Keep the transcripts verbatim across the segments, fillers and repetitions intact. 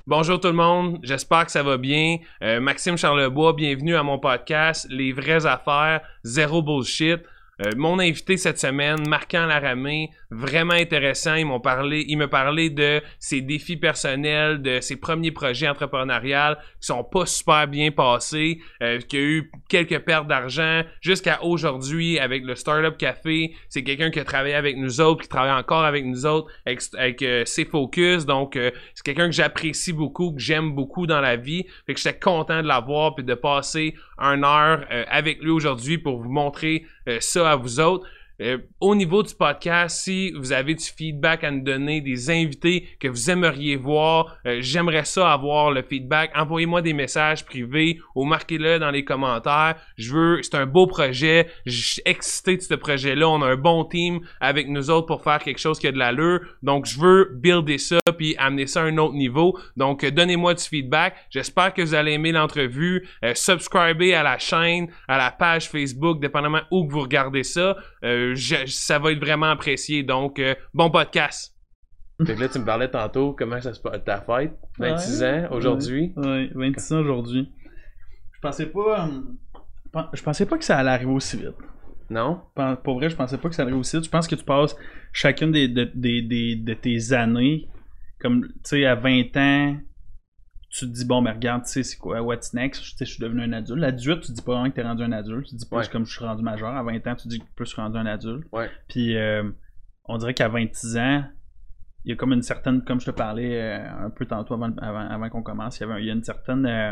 Bonjour tout le monde, j'espère que ça va bien. Euh, Maxime Charlebois, bienvenue à mon podcast Les vraies affaires, zéro bullshit. Euh, mon invité cette semaine, Marquand Laramé, vraiment intéressant. Ils m'ont parlé, il me parlait de ses défis personnels, de ses premiers projets entrepreneuriaux qui sont pas super bien passés, euh, qui a eu quelques pertes d'argent jusqu'à aujourd'hui avec le Startup Café. C'est quelqu'un qui a travaillé avec nous autres, qui travaille encore avec nous autres, avec, avec euh, ses focus. Donc, euh, c'est quelqu'un que j'apprécie beaucoup, que j'aime beaucoup dans la vie. Fait que j'étais content de l'avoir puis de passer une heure euh, avec lui aujourd'hui pour vous montrer euh, ça à vous autres. Euh, au niveau du podcast, si vous avez du feedback à nous donner, des invités que vous aimeriez voir, euh, j'aimerais ça avoir le feedback. Envoyez-moi des messages privés ou marquez-le dans les commentaires. Je veux, c'est un beau projet. Je suis excité de ce projet-là. On a un bon team avec nous autres pour faire quelque chose qui a de l'allure. Donc, je veux builder ça puis amener ça à un autre niveau. Donc, euh, donnez-moi du feedback. J'espère que vous allez aimer l'entrevue. Euh, subscribez à la chaîne, à la page Facebook, dépendamment où que vous regardez ça. Euh, Je, ça va être vraiment apprécié, donc euh, bon podcast. Fait que là, tu me parlais tantôt, comment ça se passe, ta fête, vingt-six ouais, ans aujourd'hui. Oui, ouais, vingt-six ans aujourd'hui. Je pensais pas, euh, je pensais pas que ça allait arriver aussi vite. Non? Pour vrai, je pensais pas que ça allait arriver aussi vite. Je pense que tu passes chacune des, de, des, des, de tes années, comme, tu sais, à vingt ans, tu te dis, bon, mais regarde, tu sais, c'est quoi, what's next? Tu sais, je suis devenu un adulte. À dix-huit, tu te dis pas vraiment que t'es rendu un adulte. Tu te dis plus ouais. comme je suis rendu majeur. À vingt ans, tu te dis que plus je suis rendu un adulte. Ouais. Puis, euh, on dirait qu'à vingt-six ans, il y a comme une certaine, comme je te parlais euh, un peu tantôt avant, avant, avant qu'on commence, il y, avait, il y a une certaine. Euh,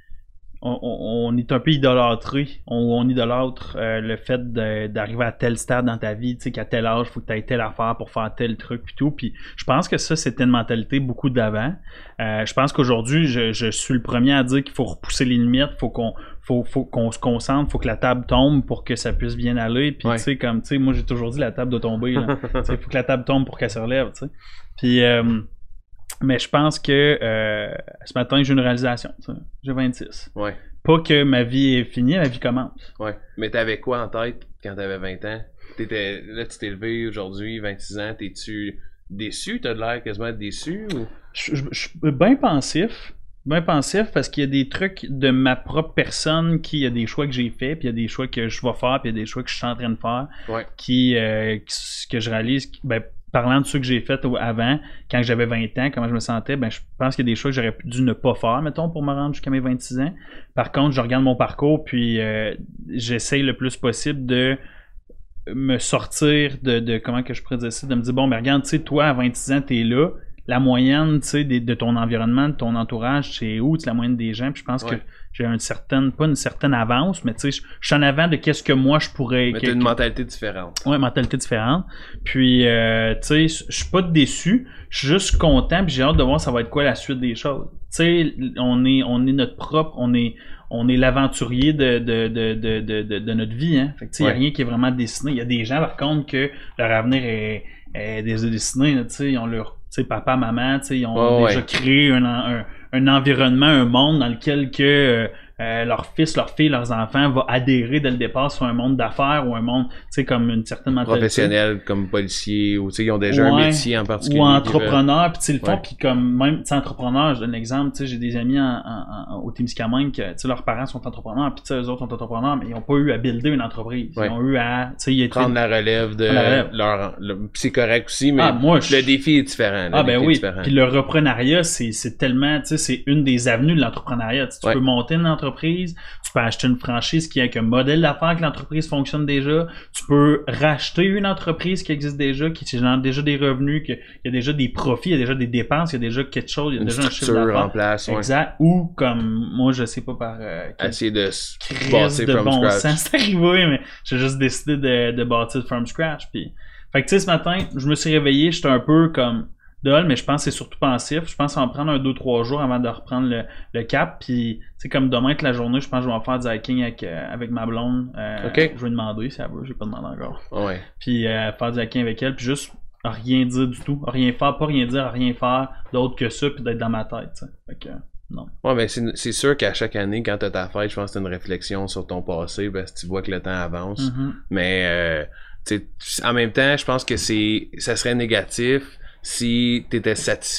on, on, on est un peu idolâtré. On, on idolâtre euh, le fait de, d'arriver à tel stade dans ta vie, tu sais, qu'à tel âge, il faut que tu aies telle affaire pour faire tel truc et tout. Puis je pense que ça, c'était une mentalité beaucoup d'avant. Euh, je pense qu'aujourd'hui, je, je suis le premier à dire qu'il faut repousser les limites, faut qu'on faut, faut qu'on se concentre, faut que la table tombe pour que ça puisse bien aller. Puis ouais. tu sais, comme tu sais, moi j'ai toujours dit la table doit tomber. Il faut que la table tombe pour qu'elle se relève, tu sais. Puis euh, mais je pense que euh, ce matin, j'ai une réalisation. T'sais. J'ai vingt-six. Ouais. Pas que ma vie est finie, ma vie commence. Ouais. Mais t'avais quoi en tête quand t'avais vingt ans? T'étais, là, tu t'es levé aujourd'hui, vingt-six ans. T'es-tu déçu? T'as de l'air quasiment déçu? Ou... Je, je, je suis bien pensif. Bien pensif parce qu'il y a des trucs de ma propre personne qui, il y a des choix que j'ai faits, puis il y a des choix que je vais faire, puis il y a des choix que je suis en train de faire, ouais. qui, euh, qui que je réalise. Ben, parlant de ceux que j'ai fait avant, quand j'avais vingt ans, comment je me sentais, ben je pense qu'il y a des choix que j'aurais dû ne pas faire, mettons, pour me rendre jusqu'à mes vingt-six ans. Par contre, je regarde mon parcours, puis euh, j'essaye le plus possible de me sortir de, de comment que je pourrais dire ça, de me dire, bon, ben regarde, tu sais, toi, à vingt-six ans, t'es là, la moyenne, tu sais, de, de ton environnement, de ton entourage, c'est où, tu sais, la moyenne des gens, puis je pense ouais. que j'ai une certaine, pas une certaine avance, mais tu sais, je suis en avant de qu'est-ce que moi je pourrais... Mais t'as une mentalité différente. Ouais, mentalité différente. Puis, euh, tu sais, je suis pas déçu, je suis juste content, puis j'ai hâte de voir ça va être quoi la suite des choses. Tu sais, on est, on est notre propre, on est, on est l'aventurier de, de, de, de, de, de, de notre vie, hein. Fait que tu sais, il ouais. n'y a rien qui est vraiment dessiné. Il y a des gens, par contre, que leur avenir est, est dessiné, tu sais, ils ont leur, tu sais, papa, maman, tu sais, ils ont oh, déjà ouais. créé un, un un environnement, un monde dans lequel que euh, euh, leur fils, leur fille, leurs enfants vont adhérer dès le départ sur un monde d'affaires ou un monde, tu sais, comme une certaine mentalité. Professionnel, comme policier, ou tu sais, ils ont déjà ouais, un métier en particulier. Ou entrepreneur, puis tu sais, le font, puis comme même, tu sais, entrepreneur, je donne l'exemple, tu sais, j'ai des amis en, en, en, au Témiscamingue que, tu sais, leurs parents sont entrepreneurs, puis tu sais, eux autres sont entrepreneurs, mais ils n'ont pas eu à builder une entreprise. Ouais. Ils ont eu à, tu sais, ils étaient... Prendre la relève de la relève. leur... Le, c'est correct aussi, mais ah, moi, le je... défi est différent. Ah ben oui, puis le reprenariat, c'est, c'est tellement, tu sais, c'est une des avenues de l'entrepreneuriat. Tu, ouais. peux monter une entreprise, tu peux acheter une franchise qui a un modèle d'affaires que l'entreprise fonctionne déjà, tu peux racheter une entreprise qui existe déjà, qui génère déjà des revenus, qu'il y a déjà des profits, il y a déjà des dépenses, il y a déjà quelque chose, il y a une déjà un chiffre d'affaires en place. Exact. Ouais. Ou comme, moi je sais pas par euh, essayer de bâtir de bon scratch. Sens, c'est arrivé, mais j'ai juste décidé de, de bâtir from scratch. Puis... Fait que tu sais, ce matin, je me suis réveillé, j'étais un peu comme dol, mais je pense que c'est surtout pensif. Je pense qu'on va me prendre un deux trois jours avant de reprendre le, le cap. Puis, tu sais, comme demain, toute la journée, je pense que je vais faire du hiking avec, euh, avec ma blonde. Euh, okay. Je vais demander si elle veut, je vais pas demander encore. Ouais. Puis, euh, faire du hiking avec elle, puis juste rien dire du tout. Rien faire, pas rien dire, rien faire d'autre que ça, puis d'être dans ma tête, tu sais. Fait que, non. Ouais, mais c'est, c'est sûr qu'à chaque année, quand t'as ta fête, je pense que c'est une réflexion sur ton passé, parce que tu vois que le temps avance. Mm-hmm. Mais, euh, tu sais, en même temps, je pense que c'est, ça serait négatif si tu étais satisfait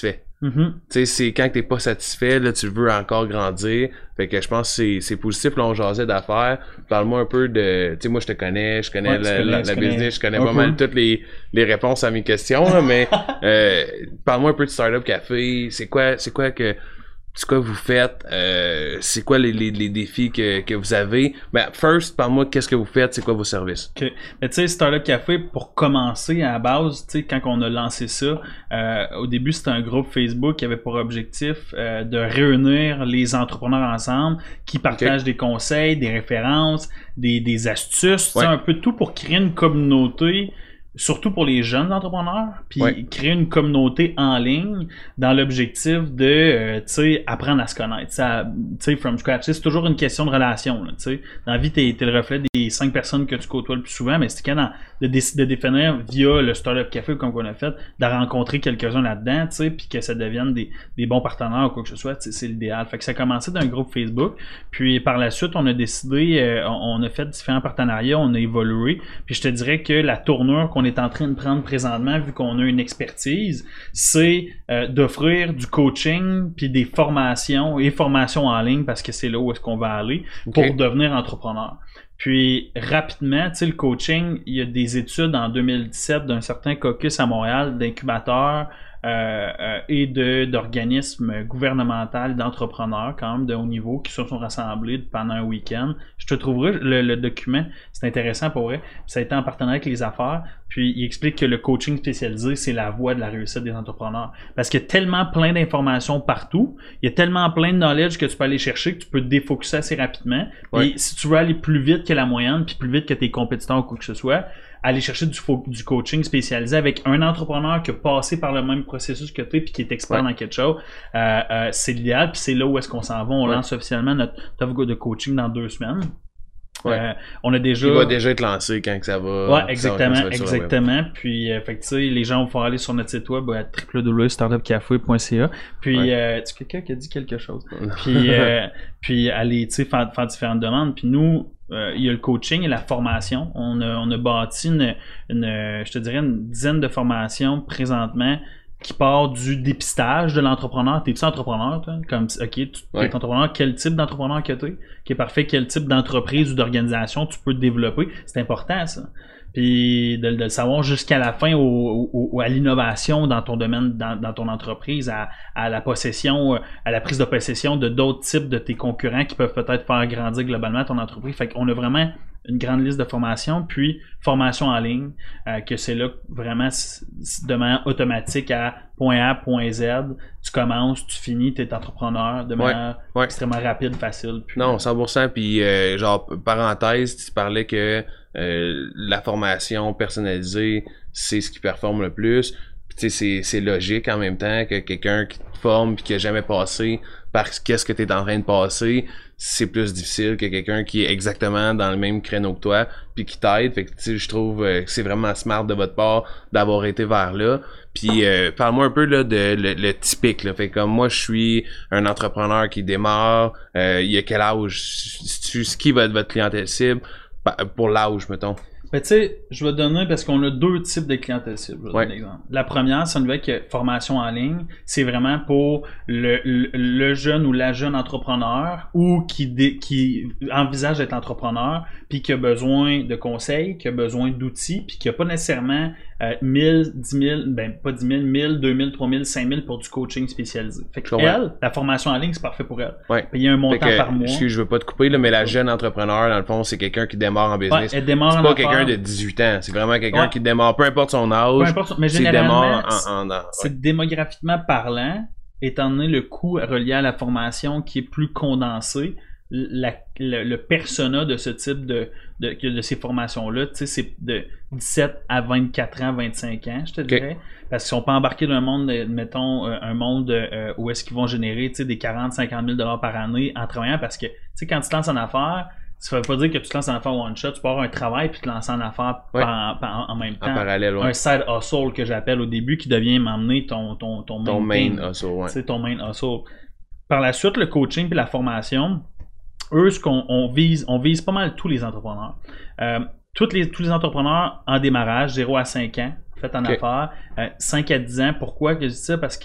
Mm-hmm. Tu sais, c'est quand t'es pas satisfait, là, tu veux encore grandir. Fait que je pense que c'est, c'est positif, là, on jasait d'affaires. Parle-moi un peu de... Tu sais, moi, je te connais, je connais ouais, la, connais, la, la connais business, je connais pas peu. mal toutes les, les réponses à mes questions, là, mais euh, parle-moi un peu de Startup Café. C'est quoi, c'est quoi que... C'est quoi vous faites? Euh, c'est quoi les, les, les défis que, que vous avez? Ben, first, parle-moi qu'est-ce que vous faites, c'est quoi vos services? Okay. Mais tu sais, Startup Café, pour commencer à la base, tu sais, quand on a lancé ça, euh, au début, c'était un groupe Facebook qui avait pour objectif euh, de réunir les entrepreneurs ensemble, qui partagent okay. des conseils, des références, des, des astuces, ouais. un peu tout pour créer une communauté. Surtout pour les jeunes entrepreneurs, puis ouais. créer une communauté en ligne dans l'objectif de, euh, tu sais, apprendre à se connaître. Tu sais, from scratch, c'est toujours une question de relation. Tu sais, dans la vie, t'es, t'es le reflet des cinq personnes que tu côtoies le plus souvent, mais c'est quand dans, de, de définir via le Startup Café comme on a fait, de rencontrer quelques-uns là-dedans, tu sais, puis que ça devienne des, des bons partenaires ou quoi que ce soit, c'est l'idéal. Fait que ça a commencé d'un groupe Facebook, puis par la suite, on a décidé, euh, on a fait différents partenariats, on a évolué, puis je te dirais que la tournure qu'on est en train de prendre présentement, vu qu'on a une expertise, c'est euh, d'offrir du coaching puis des formations et formations en ligne parce que c'est là où est-ce qu'on va aller okay. pour devenir entrepreneur. Puis rapidement, tu sais, le coaching, il y a des études en deux mille dix-sept d'un certain caucus à Montréal d'incubateurs Euh, euh, et de d'organismes gouvernementaux, d'entrepreneurs quand même de haut niveau qui se sont rassemblés pendant un week-end. Je te trouverai le, le document, c'est intéressant pour vrai. Ça a été en partenariat avec les affaires, puis il explique que le coaching spécialisé, c'est la voie de la réussite des entrepreneurs. Parce qu'il y a tellement plein d'informations partout, il y a tellement plein de knowledge que tu peux aller chercher que tu peux te défocuser assez rapidement. Ouais. Et si tu veux aller plus vite que la moyenne, puis plus vite que tes compétiteurs ou quoi que ce soit, aller chercher du, du coaching spécialisé avec un entrepreneur qui a passé par le même processus que toi puis qui est expert ouais. dans quelque chose, euh, euh, c'est l'idéal, puis c'est là où est-ce qu'on s'en va. On ouais. lance officiellement notre offre de coaching dans deux semaines. Ouais. Euh, on a déjà... Il va déjà être lancé quand que ça va... Ouais, exactement, ça va, ça va exactement. Puis, euh, fait que tu sais, les gens vont pouvoir aller sur notre site web à w w w point startup café point c a. Puis, ouais. euh, tu quelqu'un qui a dit quelque chose. puis, euh, puis aller, tu sais, faire, faire différentes demandes. Puis nous, euh, il y a le coaching et la formation. On a, on a bâti une, une, je te dirais, une dizaine de formations présentement qui part du dépistage de l'entrepreneur. T'es-tu entrepreneur, toi? Comme, ok, tu ouais. es entrepreneur, quel type d'entrepreneur que t'es? Qui est parfait, quel type d'entreprise ou d'organisation tu peux développer? C'est important, ça. Puis de, de le savoir jusqu'à la fin au, au, à l'innovation dans ton domaine, dans, dans ton entreprise, à, à la possession, à la prise de possession de d'autres types de tes concurrents qui peuvent peut-être faire grandir globalement ton entreprise. Fait qu'on a vraiment une grande liste de formations, puis formation en ligne, euh, que c'est là vraiment de manière automatique à point A, point Z, tu commences, tu finis, tu es entrepreneur de manière ouais, ouais. extrêmement rapide, facile. Puis, non, cent pour cent, puis euh, genre, parenthèse, tu parlais que euh, la formation personnalisée, c'est ce qui performe le plus. Puis tu sais, c'est logique en même temps que quelqu'un qui te forme puis qui a jamais passé par qu'est-ce que tu es en train de passer, c'est plus difficile que quelqu'un qui est exactement dans le même créneau que toi puis qui t'aide. Fait que tu sais, je trouve euh, que c'est vraiment smart de votre part d'avoir été vers là. Puis euh, parle-moi un peu là de le, le typique là. Fait que comme moi je suis un entrepreneur qui démarre, euh, il y a quel âge, tu ce qui va être votre clientèle cible pour l'âge mettons. Ben, tu sais, je vais te donner parce qu'on a deux types de clientèle cible. Je vais ouais. donner un exemple. La première, c'est une nouvelle que formation en ligne. C'est vraiment pour le, le, le jeune ou la jeune entrepreneur ou qui, dé, qui envisage d'être entrepreneur puis qui a besoin de conseils, qui a besoin d'outils puis qui n'a pas nécessairement euh, mille, dix mille, ben pas dix mille, mille, deux mille, trois mille, cinq mille pour du coaching spécialisé. Fait que elle, la formation en ligne, c'est parfait pour elle. Ouais. Payer un montant que, par mois. Je, je veux pas te couper, là, mais la jeune entrepreneur, dans le fond, c'est quelqu'un qui démarre en business. Ouais, elle démarre c'est pas quelqu'un de dix-huit ans, c'est vraiment quelqu'un ouais. qui démarre, peu importe son âge. Peu importe, mais généralement, en, en, en, c'est ouais. démographiquement parlant, étant donné le coût relié à la formation qui est plus condensé, la, le, le persona de ce type de, de, de ces formations-là, tu sais, c'est de dix-sept à vingt-quatre ans, vingt-cinq ans, je te okay. dirais. Parce qu'ils sont pas embarqués dans un monde, mettons, un monde euh, où est-ce qu'ils vont générer, tu sais, des quarante, cinquante mille dollars par année en travaillant parce que, tu sais, quand tu te lances en affaires, ça veut pas dire que tu te lances en affaires one shot, tu peux avoir un travail puis te lancer en affaires ouais. en, en, en même temps. En parallèle, ouais. Un side hustle que j'appelle au début qui devient m'emmener ton, ton, ton, ton main, main hustle. Ouais. C'est ton main hustle. Par la suite, le coaching puis la formation, eux, ce qu'on on vise, on vise pas mal tous les entrepreneurs. Euh, toutes les, tous les entrepreneurs en démarrage, zéro à cinq ans, fait en okay. affaires, euh, cinq à dix ans. Pourquoi que je dis ça? Parce que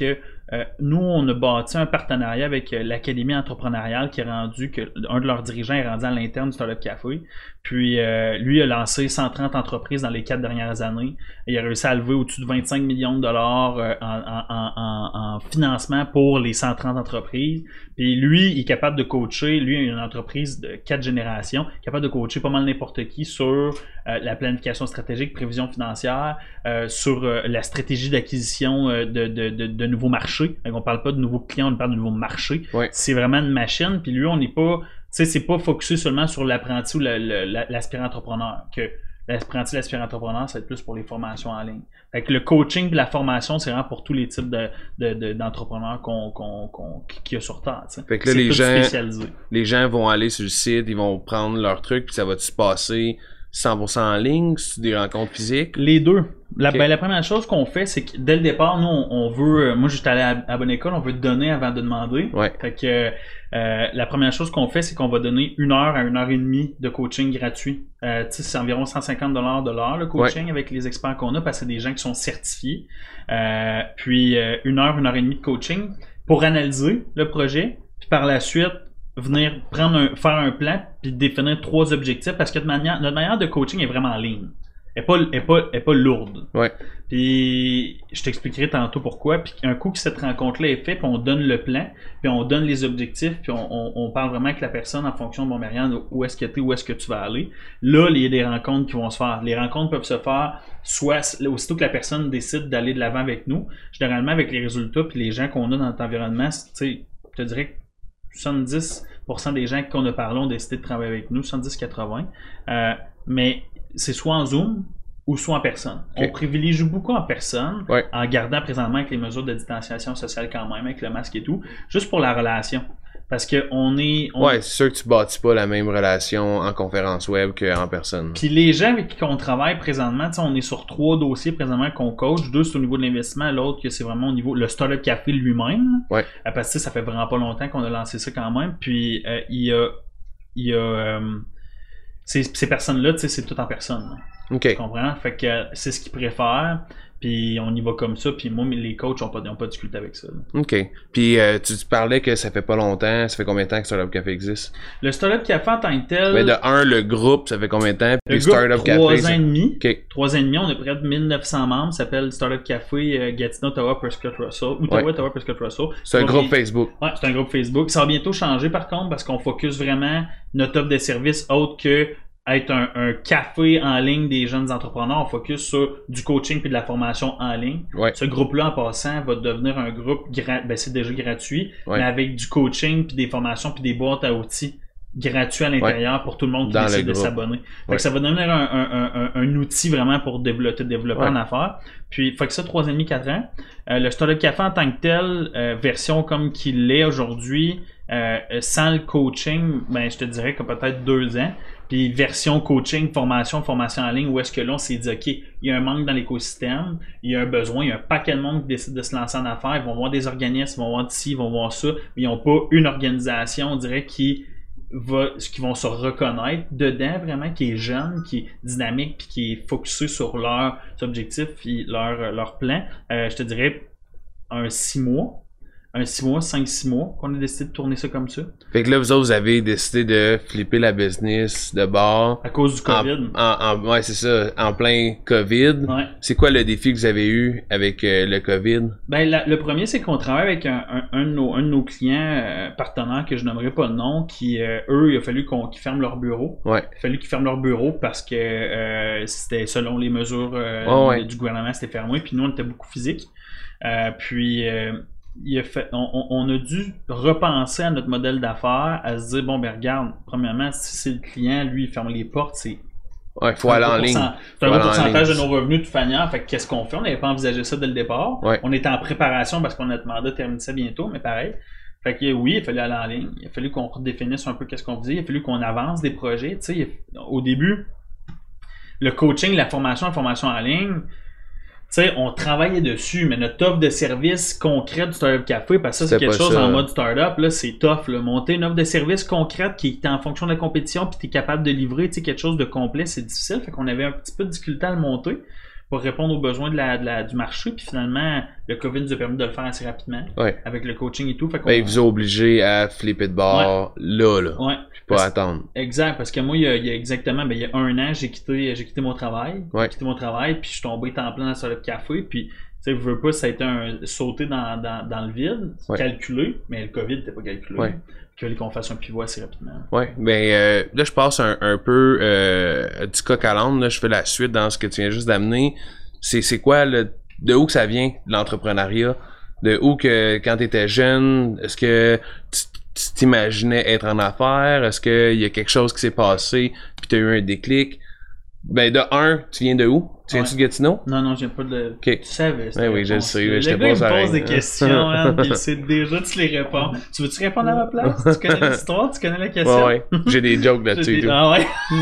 euh, nous, on a bâti un partenariat avec euh, l'Académie entrepreneuriale qui est rendu, que un de leurs dirigeants est rendu à l'interne du Startup Café. Puis euh, lui a lancé cent trente entreprises dans les quatre dernières années. Et il a réussi à lever au-dessus de vingt-cinq millions de dollars euh, en, en, en, en financement pour les cent trente entreprises. Puis lui, il est capable de coacher. Lui, il a une entreprise de quatre générations, capable de coacher pas mal n'importe qui sur euh, la planification stratégique, prévision financière, euh, sur euh, la stratégie d'acquisition euh, de, de, de, de nouveaux marchés. Donc, on parle pas de nouveaux clients, on parle de nouveaux marchés. Ouais. C'est vraiment une machine. Puis lui, on n'est pas... Tu sais, c'est pas focusé seulement sur l'apprenti ou le, le, l'aspirant entrepreneur. Que l'apprenti, l'aspirant entrepreneur, ça va être plus pour les formations en ligne. Fait que le coaching et la formation, c'est vraiment pour tous les types de, de, de, d'entrepreneurs qu'on, qu'on, qu'on, qu'il y a sur Terre. T'sais. Fait que là, c'est les gens, spécialisé. les gens vont aller sur le site, ils vont prendre leur truc, puis ça va se passer cent pour cent en ligne, c'est des rencontres physiques? Les deux. La, Okay. ben, la première chose qu'on fait, c'est que dès le départ, nous, on, on veut... Moi, j'étais allé à, à bonne école, on veut donner avant de demander. Ouais. Fait que euh, la première chose qu'on fait, c'est qu'on va donner une heure à une heure et demie de coaching gratuit. Euh, tu sais, c'est environ cent cinquante dollars de l'heure, le coaching, ouais. avec les experts qu'on a, parce que c'est des gens qui sont certifiés. Euh, puis euh, une heure, une heure et demie de coaching pour analyser le projet, puis par la suite, venir prendre un, faire un plan, puis définir trois objectifs, parce que de manière, notre manière de coaching est vraiment en ligne. Elle n'est pas, est pas, est pas lourde. Ouais. Puis je t'expliquerai tantôt pourquoi. Puis un coup que cette rencontre-là est faite, puis on donne le plan, puis on donne les objectifs, puis on, on, on parle vraiment avec la personne en fonction de bon Marianne, où est-ce que tu es, où est-ce que tu vas aller. Là, il y a des rencontres qui vont se faire. Les rencontres peuvent se faire soit aussitôt que la personne décide d'aller de l'avant avec nous. Généralement, avec les résultats puis les gens qu'on a dans notre environnement, tu sais, je te dirais que soixante-dix pour cent des gens qu'on a parlé ont décidé de travailler avec nous, soixante-dix à quatre-vingts. Euh, mais c'est soit en Zoom ou soit en personne. Okay. On privilégie beaucoup en personne, ouais. en gardant présentement avec les mesures de distanciation sociale quand même, avec le masque et tout, juste pour la relation. Parce que on est... On... Ouais, c'est sûr que tu bâtis pas la même relation en conférence web qu'en personne. Puis les gens avec qui on travaille présentement, on est sur trois dossiers présentement qu'on coach. Deux, c'est au niveau de l'investissement. L'autre, que c'est vraiment au niveau... Le Startup Café lui-même. Ouais. Parce que ça fait vraiment pas longtemps qu'on a lancé ça quand même. Puis euh, il y a... Il y a euh, ces, ces personnes-là, tu sais, c'est tout en personne. Là. OK. Tu comprends? Fait que euh, c'est ce qu'ils préfèrent. Puis on y va comme ça. Puis moi, les coachs n'ont pas, ont pas discuté avec ça. Là. OK. Puis euh, tu, tu parlais que ça fait pas longtemps. Ça fait combien de temps que Startup Café existe? Le Startup Café en tant que tel... Mais de un, le groupe, ça fait combien de temps? Puis le Startup groupe, Café, trois ça... ans et demi. Okay. Trois ans et demi, on a près de mille neuf cents membres. Ça s'appelle Startup Café euh, Gatineau, Ottawa, Prescott, Russell. Ottawa, ouais. Ottawa, Prescott, Russell. C'est un groupe bien... Facebook. Ouais, c'est un groupe Facebook. Ça va bientôt changer par contre parce qu'on focus vraiment notre offre de services autre que être un, un café en ligne des jeunes entrepreneurs. On focus sur du coaching puis de la formation en ligne. Ouais. Ce groupe-là, en passant, va devenir un groupe, gra... ben, c'est déjà gratuit, ouais. mais avec du coaching puis des formations puis des boîtes à outils gratuits à l'intérieur ouais. pour tout le monde qui Dans décide de s'abonner. Fait ouais. que ça va devenir un, un, un, un outil vraiment pour développer, développer ouais. en affaires. Puis, fait que ça, trois ans et demi, quatre ans. Euh, le Startup Café en tant que tel, euh, version comme qu'il est aujourd'hui, euh, sans le coaching, ben, je te dirais que peut-être deux ans. Puis version coaching, formation, formation en ligne, où est-ce que là, on s'est dit, OK, il y a un manque dans l'écosystème, il y a un besoin, il y a un paquet de monde qui décide de se lancer en affaires, ils vont voir des organismes, ils vont voir ci, ils vont voir ça, mais ils n'ont pas une organisation, on dirait, qui va, qui vont se reconnaître dedans, vraiment, qui est jeune, qui est dynamique, puis qui est focusé sur leurs objectifs, puis leur, leur plan. Euh, je te dirais un six mois. Un six mois, cinq six mois qu'on a décidé de tourner ça comme ça. Fait que là, vous autres, vous avez décidé de flipper la business de bord. À cause du COVID. En, en, en, ouais, c'est ça. En plein COVID. Ouais. C'est quoi le défi que vous avez eu avec euh, le COVID? Ben, la, le premier, c'est qu'on travaille avec un, un, un, de, nos, un de nos clients euh, partenaires que je nommerai pas de nom, qui, euh, eux, il a fallu qu'on, qu'ils ferment leur bureau. Ouais. Il a fallu qu'ils ferment leur bureau parce que euh, c'était selon les mesures euh, oh, ouais. du gouvernement, c'était fermé. Puis nous, on était beaucoup physique. Euh, puis... Euh, Il a fait, on, on a dû repenser à notre modèle d'affaires, à se dire, bon, ben regarde, premièrement, si c'est le client, lui, il ferme les portes, c'est... Ouais, il faut aller en ligne. C'est un gros pourcentage de nos revenus de toute manière, fait que qu'est-ce qu'on fait? On n'avait pas envisagé ça dès le départ. Ouais. On était en préparation parce qu'on a demandé de terminer ça bientôt, mais pareil. Fait que oui, il fallait aller en ligne. Il a fallu qu'on redéfinisse un peu qu'est-ce qu'on faisait. Il a fallu qu'on avance des projets. Tu sais, au début, le coaching, la formation, la formation en ligne... Tu sais, on travaillait dessus, mais notre offre de service concrète du Startup Café, parce que ça, c'est quelque chose ça. En mode startup, là, c'est tough, là. Monter une offre de service concrète qui est en fonction de la compétition, puis tu es capable de livrer, tu sais, quelque chose de complet, c'est difficile. Fait qu'on avait un petit peu de difficulté à le monter. pour répondre aux besoins de la, de la, du marché. Puis finalement, le COVID nous a permis de le faire assez rapidement. Ouais. Avec le coaching et tout. Fait qu'on... Ben, ils vous ont obligé à flipper de bord ouais. là, là. Ouais. Puis pas parce... attendre. Exact. Parce que moi, il y a, il y a exactement, ben, il y a un an, j'ai quitté, j'ai quitté mon travail. Ouais. J'ai quitté mon travail, puis je suis tombé temps plein dans la salle de café. Puis, tu sais, je veux pas, ça a été un sauter dans, dans, dans le vide, ouais. calculé, mais le COVID n'était pas calculé. Ouais. Il fallait qu'on fasse un pivot assez rapidement. Ouais, ben euh, là je passe un, un peu euh, du coq à l'âne, là je fais la suite dans ce que tu viens juste d'amener. C'est c'est quoi le, de où que ça vient l'entrepreneuriat, de où que quand tu étais jeune, est-ce que tu, tu t'imaginais être en affaires, est-ce que il y a quelque chose qui s'est passé puis tu as eu un déclic? Ben de un, tu viens de où? Tu viens-tu ouais. de Gatineau? Non, non, je viens pas de... Okay. Tu savais, ouais, oui, je le sais. Le je gars, il me pose des questions, man, puis il sait déjà, tu les réponds. Tu veux-tu répondre à ma place? Tu connais l'histoire? Tu connais la question? Ouais, ouais. J'ai des jokes là-dessus. Des... Ah ouais?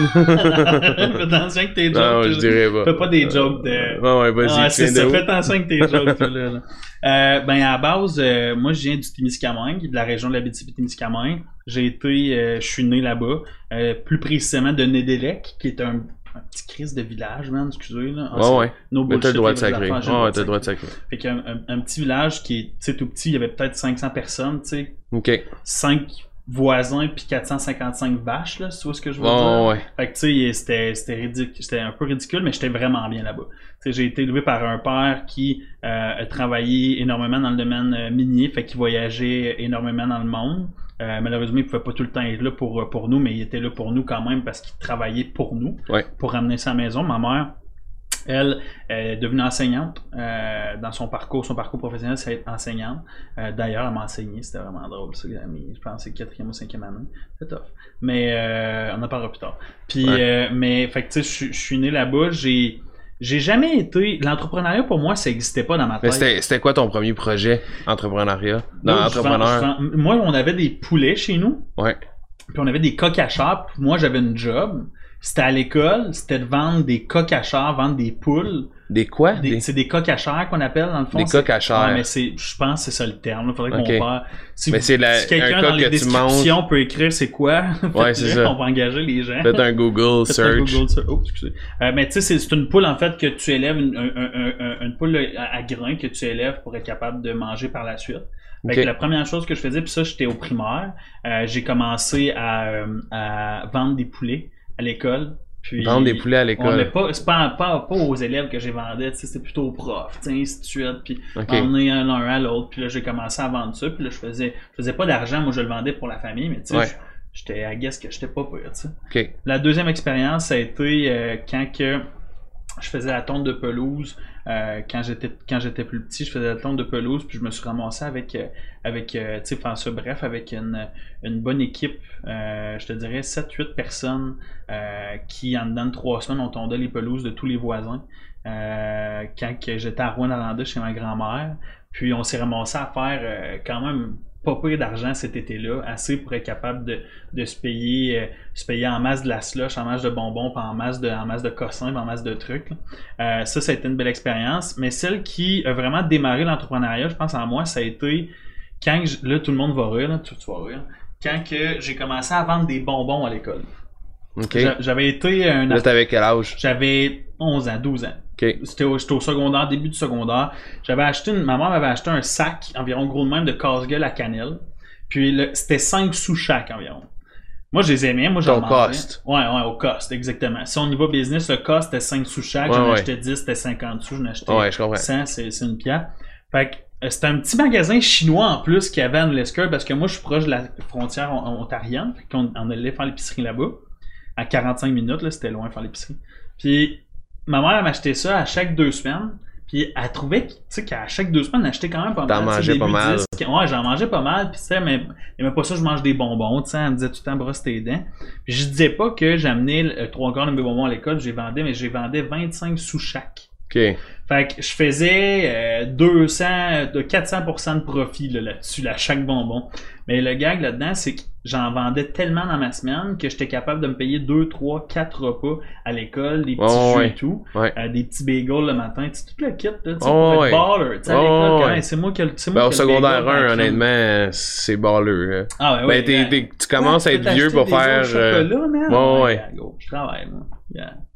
Fais attention avec tes jokes. Non, je dirais pas. Fais pas des jokes de... Ouais, ouais, vas-y. Ah, c'est ça, fais attention avec tes jokes, là. là. Euh, ben, à la base, euh, moi, je viens du Témiscamingue, de la région de l'Abitibi-Témiscamingue. J'ai été... Euh, je suis né là-bas. Euh, plus précisément de Nédélec, qui est un... un petit crise de village, man, excusez, là. Ah, ouais, ouais. No mais t'as le droit de sacrer. Ah, ouais, t'as le droit de sacrer. Fait qu'un un, un petit village qui est, tu sais, tout petit, il y avait peut-être cinq cents personnes, tu sais. OK. cinq voisins puis quatre cent cinquante-cinq vaches, là, si tu vois ce que je veux oh, dire. Ouais. Fait que, tu sais, c'était, c'était ridicule, c'était un peu ridicule, mais j'étais vraiment bien là-bas. Tu sais, j'ai été élevé par un père qui euh, a travaillé énormément dans le domaine minier, fait qu'il voyageait énormément dans le monde. Euh, malheureusement, il pouvait pas tout le temps être là pour, pour nous, mais il était là pour nous quand même parce qu'il travaillait pour nous, ouais. pour ramener ça à la maison. Ma mère, elle, elle est devenue enseignante euh, dans son parcours. Son parcours professionnel, c'est être enseignante. Euh, d'ailleurs, elle m'a enseigné, c'était vraiment drôle. Ça, je pense que c'est quatrième ou cinquième année. C'est tough. Mais euh, on en parlera plus tard. Puis, ouais. euh, mais, fait que tu sais, je suis né là-bas. J'ai... J'ai jamais été... L'entrepreneuriat, pour moi, ça n'existait pas dans ma tête. C'était, c'était quoi ton premier projet, entrepreneuriat? Dans Moi, entrepreneur? Je vends, je vends... Moi, on avait des poulets chez nous. Ouais. Puis on avait des coques à char. Puis moi, j'avais une job. C'était à l'école. C'était de vendre des coques à char, vendre des poules. Des quoi? Des, des... C'est des coques à chair qu'on appelle, dans le fond. Des coques à chair. Ouais, mais c'est, je pense que c'est ça le terme. Il faudrait que okay. mon père... Si, mais vous, c'est la, si quelqu'un un dans les descriptions manges... peut écrire c'est quoi, ouais, c'est ça. On va engager les gens. Faites un Google Faites search. Un Google search. Oh, excusez. Euh, mais tu sais, c'est, c'est une poule, en fait, que tu élèves, une, un, un, un, une poule à, à grains que tu élèves pour être capable de manger par la suite. Fait okay. que la première chose que je faisais, puis ça, j'étais au primaire, euh, j'ai commencé à, à vendre des poulets à l'école. Puis, vendre des poulets à l'école. On pas, c'est pas, pas, pas aux élèves que j'ai vendais, c'était plutôt aux profs, ainsi de suite. Puis okay. emmener un l'un à l'autre. Puis là, j'ai commencé à vendre ça. Puis là, je faisais, je faisais pas d'argent, moi je le vendais pour la famille, mais tu sais, ouais. j'étais à guess que j'étais pas pire, tu sais. Okay. La deuxième expérience, ça a été euh, quand que je faisais la tonte de pelouse. Euh, quand j'étais quand j'étais plus petit, je faisais la tonte de pelouse, puis je me suis ramassé avec euh, avec euh, tu sais, enfin ça, bref, avec une une bonne équipe, euh, je te dirais sept huit personnes euh, qui en dedans de trois semaines ont tondé les pelouses de tous les voisins. Euh, quand que j'étais à Rouyn-Noranda chez ma grand-mère, puis on s'est ramassé à faire euh, quand même pas peu d'argent cet été-là, assez pour être capable de, de se payer euh, se payer en masse de la slush, en masse de bonbons, puis en masse de, en masse de cossins, puis en masse de trucs. Euh, ça, ça a été une belle expérience. Mais celle qui a vraiment démarré l'entrepreneuriat, je pense en moi, ça a été quand je, là, tout le monde va rire, là, tu, tu vas rire, quand que j'ai commencé à vendre des bonbons à l'école. Okay. J'avais été un... Là, t'avais quel âge? J'avais onze ans, douze ans. Okay. C'était au, j'étais au secondaire, début du secondaire. J'avais acheté une, ma mère m'avait acheté un sac environ gros de même de casse-gueule à cannelle. Puis le, c'était cinq sous chaque environ. Moi, je les aimais. Moi, j'en mangeais. Au cost. Ouais, ouais, au cost, exactement. Si on y va business, le cost c'était cinq sous chaque. Ouais, j'en ouais. achetais dix, c'était cinquante sous. J'en achetais ouais, je comprends. cent, c'est, c'est une pièce. Fait que c'était un petit magasin chinois en plus qu'il y avait à Noulescoeur parce que moi, je suis proche de la frontière ontarienne. Fait qu'on on allait faire l'épicerie là-bas. À quarante-cinq minutes, là, c'était loin de faire l'épicerie. Puis, ma mère, elle m'achetait ça à chaque deux semaines. Puis, elle trouvait qu'à chaque deux semaines, elle achetait quand même pas T'en mal. T'en mangeais pas mal. dix, ouais, j'en mangeais pas mal. Puis, tu sais, mais elle pas ça, je mange des bonbons. Tu sais, elle me disait tout le temps, brosse tes dents. Puis, je disais pas que j'amenais le trois quarts de mes bonbons à l'école, je les vendais, mais je les vendais vingt-cinq sous chaque. OK. Fait que je faisais euh, deux cents, de quatre cents pour cent de profit là, là-dessus, là, à chaque bonbon. Mais le gag là-dedans, c'est que j'en vendais tellement dans ma semaine que j'étais capable de me payer deux, trois, quatre repas à l'école, des petits oh, jus ouais. et tout, ouais. euh, des petits bagels le matin, tu sais, tout le kit, là, tu sais, oh, pour ouais. être baller, tu sais, à oh, l'école, ouais. quand, c'est moi qui c'est ben, moi au secondaire un, bagel, honnêtement, c'est baller. Hein. Ah ouais, ouais. Ben, t'es, t'es, tu commences ouais, à être vieux pour faire... Chocolat, man? Ouais, ouais. Yeah, go, je travaille, moi. Yeah.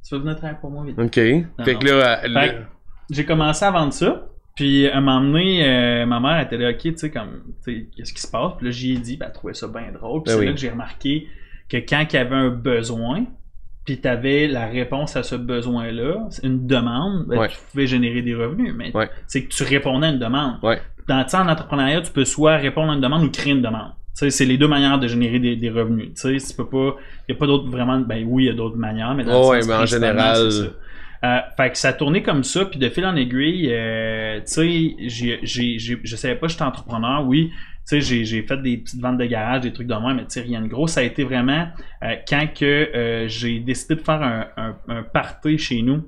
Tu vas venir travailler pour moi vite. OK. Non, fait non. que là, Fait là- que j'ai commencé à vendre ça. Puis, à un moment donné, euh, ma mère était là, OK, tu sais, comme, tu sais, qu'est-ce qui se passe? Puis là, j'y ai dit, ben, elle trouvait ça bien drôle. Puis Ben c'est oui. là que j'ai remarqué que quand il y avait un besoin, puis tu avais la réponse à ce besoin-là, une demande, ben, Ouais. tu pouvais générer des revenus. Mais Ouais. c'est que tu répondais à une demande. Ouais. Dans, tu sais, en entrepreneuriat, tu peux soit répondre à une demande ou créer une demande. Tu sais, c'est les deux manières de générer des, des revenus. Tu sais, tu peux pas, il n'y a pas d'autres vraiment, ben oui, il y a d'autres manières, mais dans Oh, le ouais, sens mais en principalement, général- c'est ça. Euh, fait que ça tournait comme ça, puis de fil en aiguille, euh, tu sais, j'ai, j'ai, j'ai, je savais pas que j'étais entrepreneur, oui, tu sais, j'ai, j'ai fait des petites ventes de garage, des trucs de moi, mais tu sais, rien de gros. Ça a été vraiment euh, quand que euh, j'ai décidé de faire un, un, un party chez nous.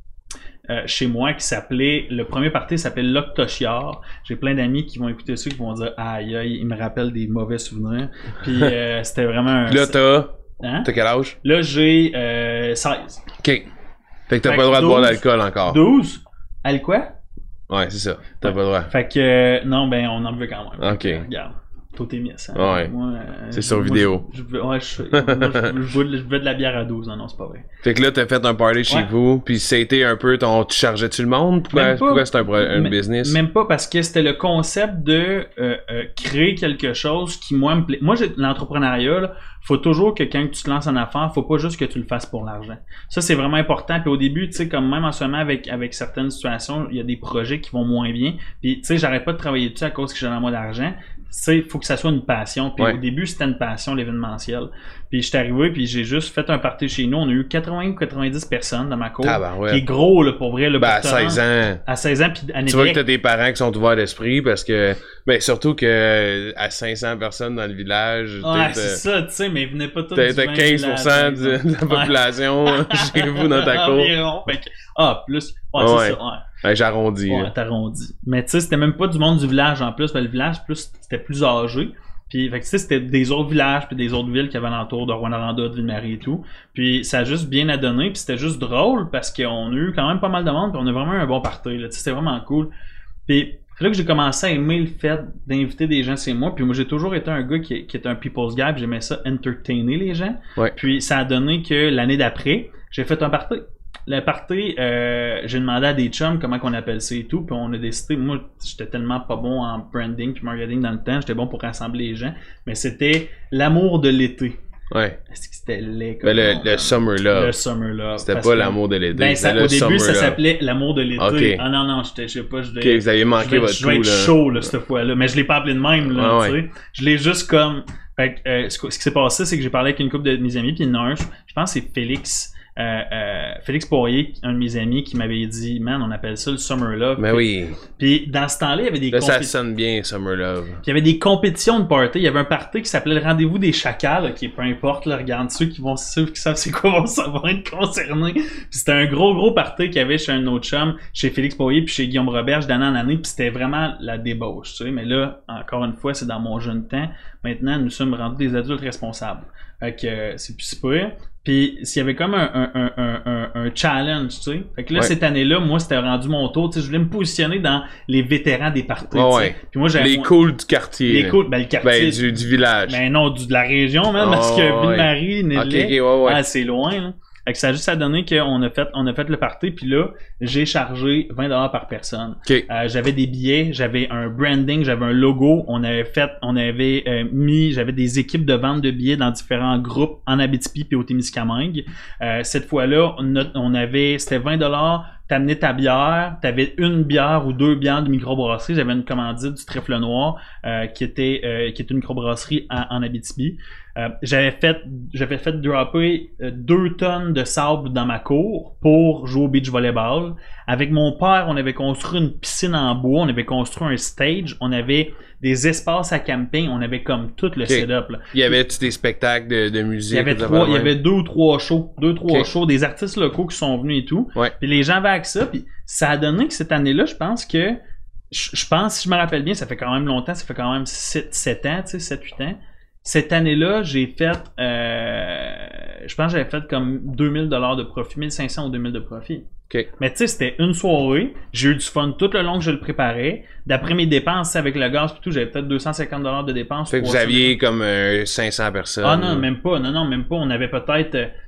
Euh, chez moi qui s'appelait, le premier party s'appelait l'Octochiar. J'ai plein d'amis qui vont écouter ça qui vont dire aïe aïe, il me rappelle des mauvais souvenirs. Puis euh, c'était vraiment un. là, t'as... Hein? T'as quel âge? Là j'ai euh, seize. OK. Fait que t'as Fait pas le droit que de boire douze. d'alcool encore. douze? Elle quoi? Ouais, c'est ça. T'as Ouais. pas le droit. Fait que euh, non, ben on en veut quand même. Ok. Fait que, regarde. Toi t'es miss, hein? Ouais. Moi, euh, C'est sur moi, vidéo. Je, je, veux- ouais, je, moi, je, je, veux, je veux de la bière à douze, non, non, c'est pas vrai. Fait que là, t'as fait un party chez Ouais. vous, puis c'était un peu ton... Tu chargeais-tu le monde? Pourquoi, Même pas. pourquoi c'était un, pro- un M- business? Même pas parce que c'était le concept de euh, euh, créer quelque chose qui, moi, me plaît. Moi, j'ai l'entrepreneuriat, là, faut toujours que quand tu te lances en affaires, faut pas juste que tu le fasses pour l'argent. Ça, c'est vraiment important. Puis au début, tu sais, comme même en ce moment, avec, avec certaines situations, il y a des projets qui vont moins bien. Puis, tu sais, j'arrête pas de travailler dessus à cause que j'ai dans moi d'argent. Tu sais, il faut que ça soit une passion. Puis Ouais. au début, c'était une passion, l'événementiel. Puis j'étais arrivé, puis j'ai juste fait un party chez nous. On a eu quatre-vingts ou quatre-vingt-dix personnes dans ma cour. Tabarouette. Qui est gros, là, pour vrai. Le Ben, à seize ans. À seize ans, puis à Tu vois que t'as des parents qui sont ouverts d'esprit parce que... Ben, surtout que à cinq cents personnes dans le village, Ouais, t'es- c'est ça, tu sais, mais ils venaient pas tous t'as du t'as vingt quinze pour cent villages, de, par de la exemple. population chez vous dans ta cour. Environ. Fait que- ah, plus. Ouais, Ouais. c'est ça, ouais. Ouais, j'arrondis. Ouais, là. t'arrondis. Mais tu sais, c'était même pas du monde du village en plus, mais le village, plus, c'était plus âgé. Puis, fait que tu sais, c'était des autres villages, puis des autres villes qui avaient alentour de Rwanda, de Ville-Marie et tout. Puis, ça a juste bien à donner, puis c'était juste drôle parce qu'on a eu quand même pas mal de monde, puis on a vraiment eu un bon party, là. Tu sais, c'était vraiment cool. Puis, c'est là que j'ai commencé à aimer le fait d'inviter des gens chez moi. Puis moi, j'ai toujours été un gars qui, qui est un people's guy, puis j'aimais ça entertainer les gens. Ouais. Puis, ça a donné que l'année d'après, j'ai fait un party. Le party, euh, j'ai demandé à des chums comment qu'on appelle ça et tout, puis on a décidé, moi j'étais tellement pas bon en branding puis marketing dans le temps, j'étais bon pour rassembler les gens, mais c'était l'amour de l'été. Ouais. Est-ce que c'était laid Ben, comme le, nom, le hein? Summer Love. Le Summer Love. C'était parce pas que- l'amour de l'été. Ben, ça, c'était le au début, Summer ça Love. s'appelait l'amour de l'été. Ok. Ah non, non, j'étais, je sais pas, je Ok, vais, vous avez je manqué vais, votre je vais coup, être là. chaud là, cette fois-là, mais je l'ai pas appelé de même, là, Ah tu ouais. sais. Je l'ai juste comme... Fait que, euh, ce, ce qui s'est passé, c'est que j'ai parlé avec une couple de mes amis, puis il y en a un, je je pense que c'est Félix, euh, euh, Félix Poirier, un de mes amis, qui m'avait dit, man, on appelle ça le Summer Love. Ben oui. Puis dans ce temps-là, il y avait des Là, ça compétitions. sonne bien, Summer Love. Puis il y avait des compétitions de party. Il y avait un party qui s'appelait le rendez-vous des chacals, là, qui est peu importe, là, regarde ceux qui vont, ceux qui savent c'est quoi vont savoir être concernés. Puis c'était un gros, gros party qu'il y avait chez un autre chum, chez Félix Poirier puis chez Guillaume Roberge d'année en année. Puis c'était vraiment la débauche, tu sais. Mais là, encore une fois, c'est dans mon jeune temps. Maintenant, nous sommes rendus des adultes responsables. Fait que euh, c'est plus si peu. Puis s'il y avait comme un, un, un, un, un, un challenge, tu sais. Fait que là, Ouais. cette année-là, moi, c'était rendu mon tour. Tu sais, je voulais me positionner dans les vétérans des parties, Ouais, tu sais. ouais. Puis moi, j'avais Les moi- cools du quartier. les là. cool, ben le quartier. Ben, du, du village. Ben non, du, de la région même, Oh, parce que ouais. Ville-Marie, ok, Nedley, ok, ouais, ouais. ah, c'est loin, là. Fait que ça a juste à donner qu'on a fait, on a fait le party, puis là, j'ai chargé vingt dollars par personne. Ok. Euh, j'avais des billets, j'avais un branding, j'avais un logo, on avait fait, on avait euh, mis, j'avais des équipes de vente de billets dans différents groupes en Abitibi puis au Témiscamingue. Euh, cette fois-là, on, a- on avait, c'était vingt dollars, t'amenais ta bière, t'avais une bière ou deux bières de microbrasserie, j'avais une commandite du Trèfle Noir, euh, qui était, euh, qui était une microbrasserie en, en Abitibi. Euh, j'avais fait j'avais fait dropper euh, deux tonnes de sable dans ma cour pour jouer au beach volleyball. Avec mon père, on avait construit une piscine en bois, on avait construit un stage, on avait des espaces à camping, on avait comme tout le Ok. setup, là. Il y avait-tu des spectacles de, de musique? Il y avait des trois, affaires il y de même? avait deux ou trois shows, deux trois Ok. shows, des artistes locaux qui sont venus et tout. Ouais. Puis les gens avaient accès, puis ça a donné que cette année-là, je pense que je, je pense, si je me rappelle bien, ça fait quand même longtemps, ça fait quand même sept ans, tu sais, sept huit ans. Cette année-là, j'ai fait, euh, je pense que j'avais fait comme deux mille dollars de profit, mille cinq cents ou deux mille de profit. Ok. Mais tu sais, c'était une soirée, j'ai eu du fun tout le long que je le préparais. D'après mes dépenses, avec le gaz et tout, j'avais peut-être deux cent cinquante dollars de dépenses. Fait que pour vous ça. aviez comme euh, cinq cents personnes. Ah non, même pas, non, non, même pas. On avait peut-être, euh,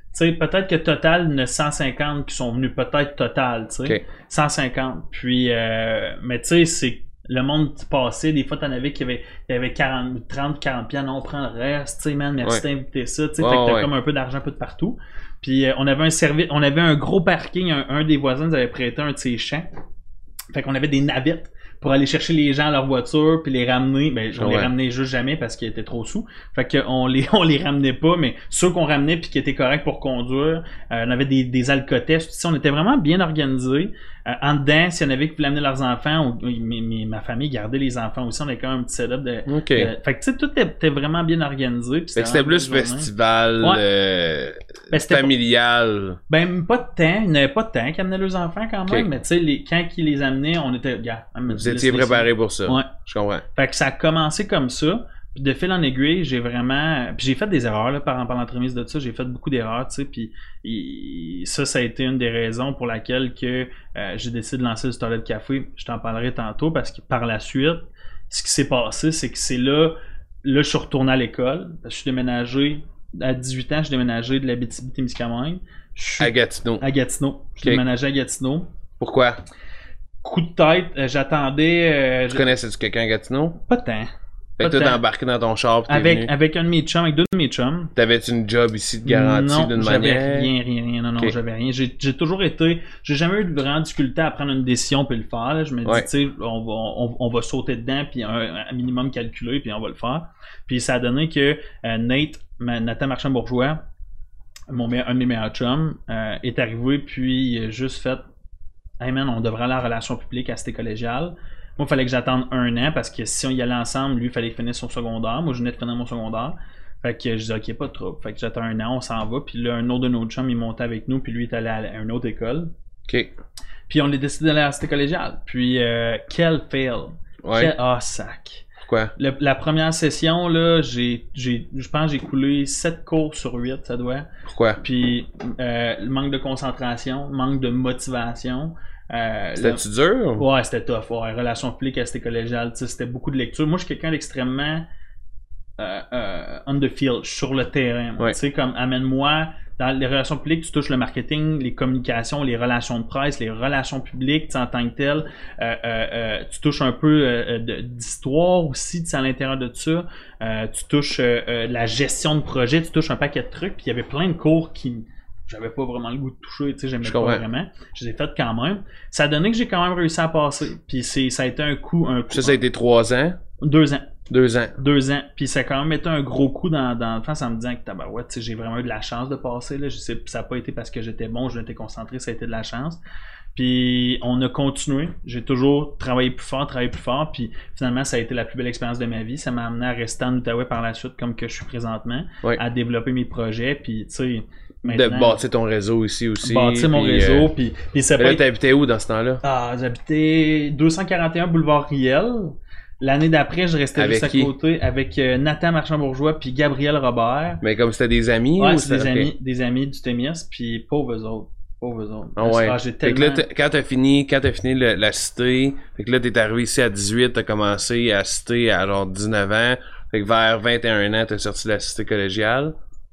sais, peut-être que total, il y en a cent cinquante qui sont venus, peut-être total, tu sais. Okay. cent cinquante. Puis, euh, mais tu sais, c'est le monde passé, des fois, t'en avais qui avaient, il y avait quarante, trente, quarante pieds, non, on prend le reste, tu sais, man, merci ouais. d'inviter ça, tu sais, oh, fait que t'as ouais. comme un peu d'argent un peu de partout. Puis, euh, on avait un service, on avait un gros parking, un, un des voisins nous avait prêté un de ses champs. Fait qu'on avait des navettes pour aller chercher les gens à leur voiture puis les ramener. Ben, on ouais. les ramenait juste jamais parce qu'ils étaient trop sous. Fait qu'on les, on les ramenait pas, mais ceux qu'on ramenait puis qui étaient corrects pour conduire, euh, on avait des, des alcotests. On était vraiment bien organisés. Euh, en dedans, s'il y en avait qui voulaient amener leurs enfants, ou, mais, mais, ma famille gardait les enfants aussi. On avait quand même un petit setup de. Okay. de fait que tu sais, tout était vraiment bien organisé. Fait que c'était plus festival, ouais. euh, ben, familial. Pas, ben, pas de temps. Il n'y avait pas de temps qui amenaient leurs enfants quand même, okay. mais tu sais, les, quand ils les amenaient, on était. Gars, vous étiez préparé pour ça. Ouais. Je comprends. Fait que ça a commencé comme ça. Puis de fil en aiguille, j'ai vraiment... Puis j'ai fait des erreurs là, par, par l'entremise de ça. J'ai fait beaucoup d'erreurs, tu sais. Puis et, ça, ça a été une des raisons pour laquelle que euh, j'ai décidé de lancer le Startup Café. Je t'en parlerai tantôt parce que par la suite, ce qui s'est passé, c'est que c'est là... Là, je suis retourné à l'école. Je suis déménagé... À dix-huit ans, je suis déménagé de l'Abitibi-Témiscamingue. À Gatineau. À Gatineau. Je suis okay. déménagé à Gatineau. Pourquoi? Coup de tête, euh, j'attendais... Euh, tu connaissais-tu quelqu'un à Gatineau? Pas de temps. Fait que toi, t'es embarqué dans ton char pis t'es avec, venu. avec un de mes chums, avec deux de mes chums. T'avais-tu une job ici de garantie d'une manière? Non, j'avais rien, rien, rien. Non, non, okay. j'avais rien. J'ai, j'ai toujours été... J'ai jamais eu de grande difficulté à prendre une décision puis le faire. Là. Je me ouais. dis, tu sais, on va, on, on va sauter dedans puis un, un minimum calculé puis on va le faire. Puis ça a donné que euh, Nate, Nathan Marchand-Bourgeois, mon, un de mes meilleurs chums, euh, est arrivé puis il a juste fait « Hey man, on devrait aller en relation publique à Cité collégiale. » Moi, il fallait que j'attende un an parce que si on y allait ensemble, lui, il fallait qu'il finisse son secondaire. Moi, je venais de finir mon secondaire. Fait que je disais, OK, pas de trouble. Fait que j'attends un an, on s'en va. Puis là, un autre de nos chums, il montait avec nous. Puis lui, il est allé à une autre école. OK. Puis on a décidé d'aller à la cité collégiale. Puis, euh, quel fail. Ouais. Quel... Ah, sac. Pourquoi? Le, la première session, là, j'ai, j'ai, je pense que j'ai coulé sept cours sur huit, ça doit. Pourquoi? Puis, euh, manque de concentration, manque de motivation. Euh, C'était-tu dur? Ouais, c'était tough. Ouais. Relations publiques à cité collégiale, c'était beaucoup de lecture. Moi, je suis quelqu'un d'extrêmement euh, euh, on the field, sur le terrain. Ouais. Tu sais, comme amène-moi dans les relations publiques, tu touches le marketing, les communications, les relations de presse, les relations publiques, en tant que tel. Euh, euh, euh, tu touches un peu euh, de, d'histoire aussi, à l'intérieur de ça. Euh, tu touches euh, euh, la gestion de projet, tu touches un paquet de trucs. Puis il y avait plein de cours qui j'avais pas vraiment le goût de toucher, tu sais, j'aimais pas vraiment. Je les ai faites quand même. Ça a donné que j'ai quand même réussi à passer. Puis c'est, ça a été un coup, un coup. Ça, ça a été trois ans? Deux ans. Deux ans. Deux ans. Puis ça a quand même été un gros coup dans, dans le fond, en me disant que tabarouette, tu sais, j'ai vraiment eu de la chance de passer, là. Je sais, ça n'a pas été parce que j'étais bon, je m'étais concentré, ça a été de la chance. Puis on a continué. J'ai toujours travaillé plus fort, travaillé plus fort. Puis finalement, ça a été la plus belle expérience de ma vie. Ça m'a amené à rester en Outaouais par la suite, comme que je suis présentement, oui. à développer mes projets. Puis tu sais, de bâtir ton réseau ici aussi. Bâtir mon puis, réseau. Euh... Puis, puis ça là, t'habitais où dans ce temps-là? Ah, j'habitais deux cent quarante et un boulevard Riel. L'année d'après, je restais avec juste à qui? côté avec euh, Nathan Marchand-Bourgeois puis Gabriel Robert. Mais comme c'était des amis? Ouais, ou c'est des okay. amis, des amis du Témis, puis pauvres autres. Pauvres autres. Ah ouais. Ah, j'ai tellement... Fait que là, t'as, quand t'as fini, quand t'as fini le, la cité, fait que là, t'es arrivé ici à dix-huit, t'as commencé à cité à genre dix-neuf ans, fait que vers vingt et un ans, t'as sorti de la cité collégiale?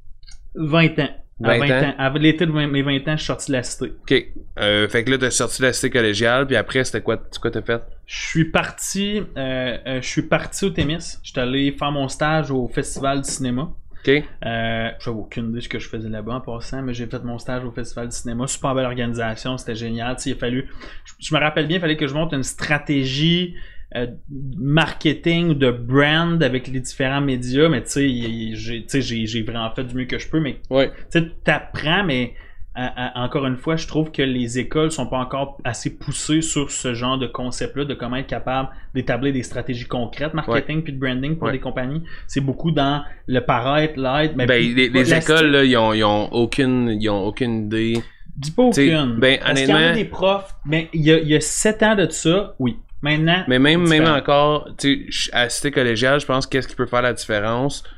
vingt ans. vingt, vingt ans? ans. À l'été de mes vingt ans, je suis sorti de la cité. OK. Euh, fait que là, t'as sorti de la cité collégiale, puis après, c'était quoi, quoi t'as fait? Je suis parti, euh, euh, je suis parti au Témis. J'étais allé faire mon stage au Festival du cinéma. OK. Euh, j'avais aucune idée de ce que je faisais là-bas en passant, mais j'ai fait mon stage au Festival du cinéma. Super belle organisation, c'était génial. T'sais, il a fallu, je, je me rappelle bien, il fallait que je monte une stratégie euh, marketing de brand avec les différents médias, mais tu sais, j'ai, j'ai, j'ai vraiment fait du mieux que je peux, mais ouais. tu t'apprends, mais à, à, encore une fois, je trouve que les écoles sont pas encore assez poussées sur ce genre de concept-là, de comment être capable d'établir des stratégies concrètes, marketing ouais. puis de branding pour ouais. des compagnies. C'est beaucoup dans le paraître, l'aide. Mais ben, les, les écoles, là, ils ont, ils ont aucune, ils ont aucune idée. Dis pas aucune. Ben, Parce honnêtement. qu'il y en a des profs, mais il y a, il y a sept ans de ça, oui. Maintenant. Mais même, même encore, tu sais, à la cité collégiale, je pense qu'est-ce qui peut faire la différence,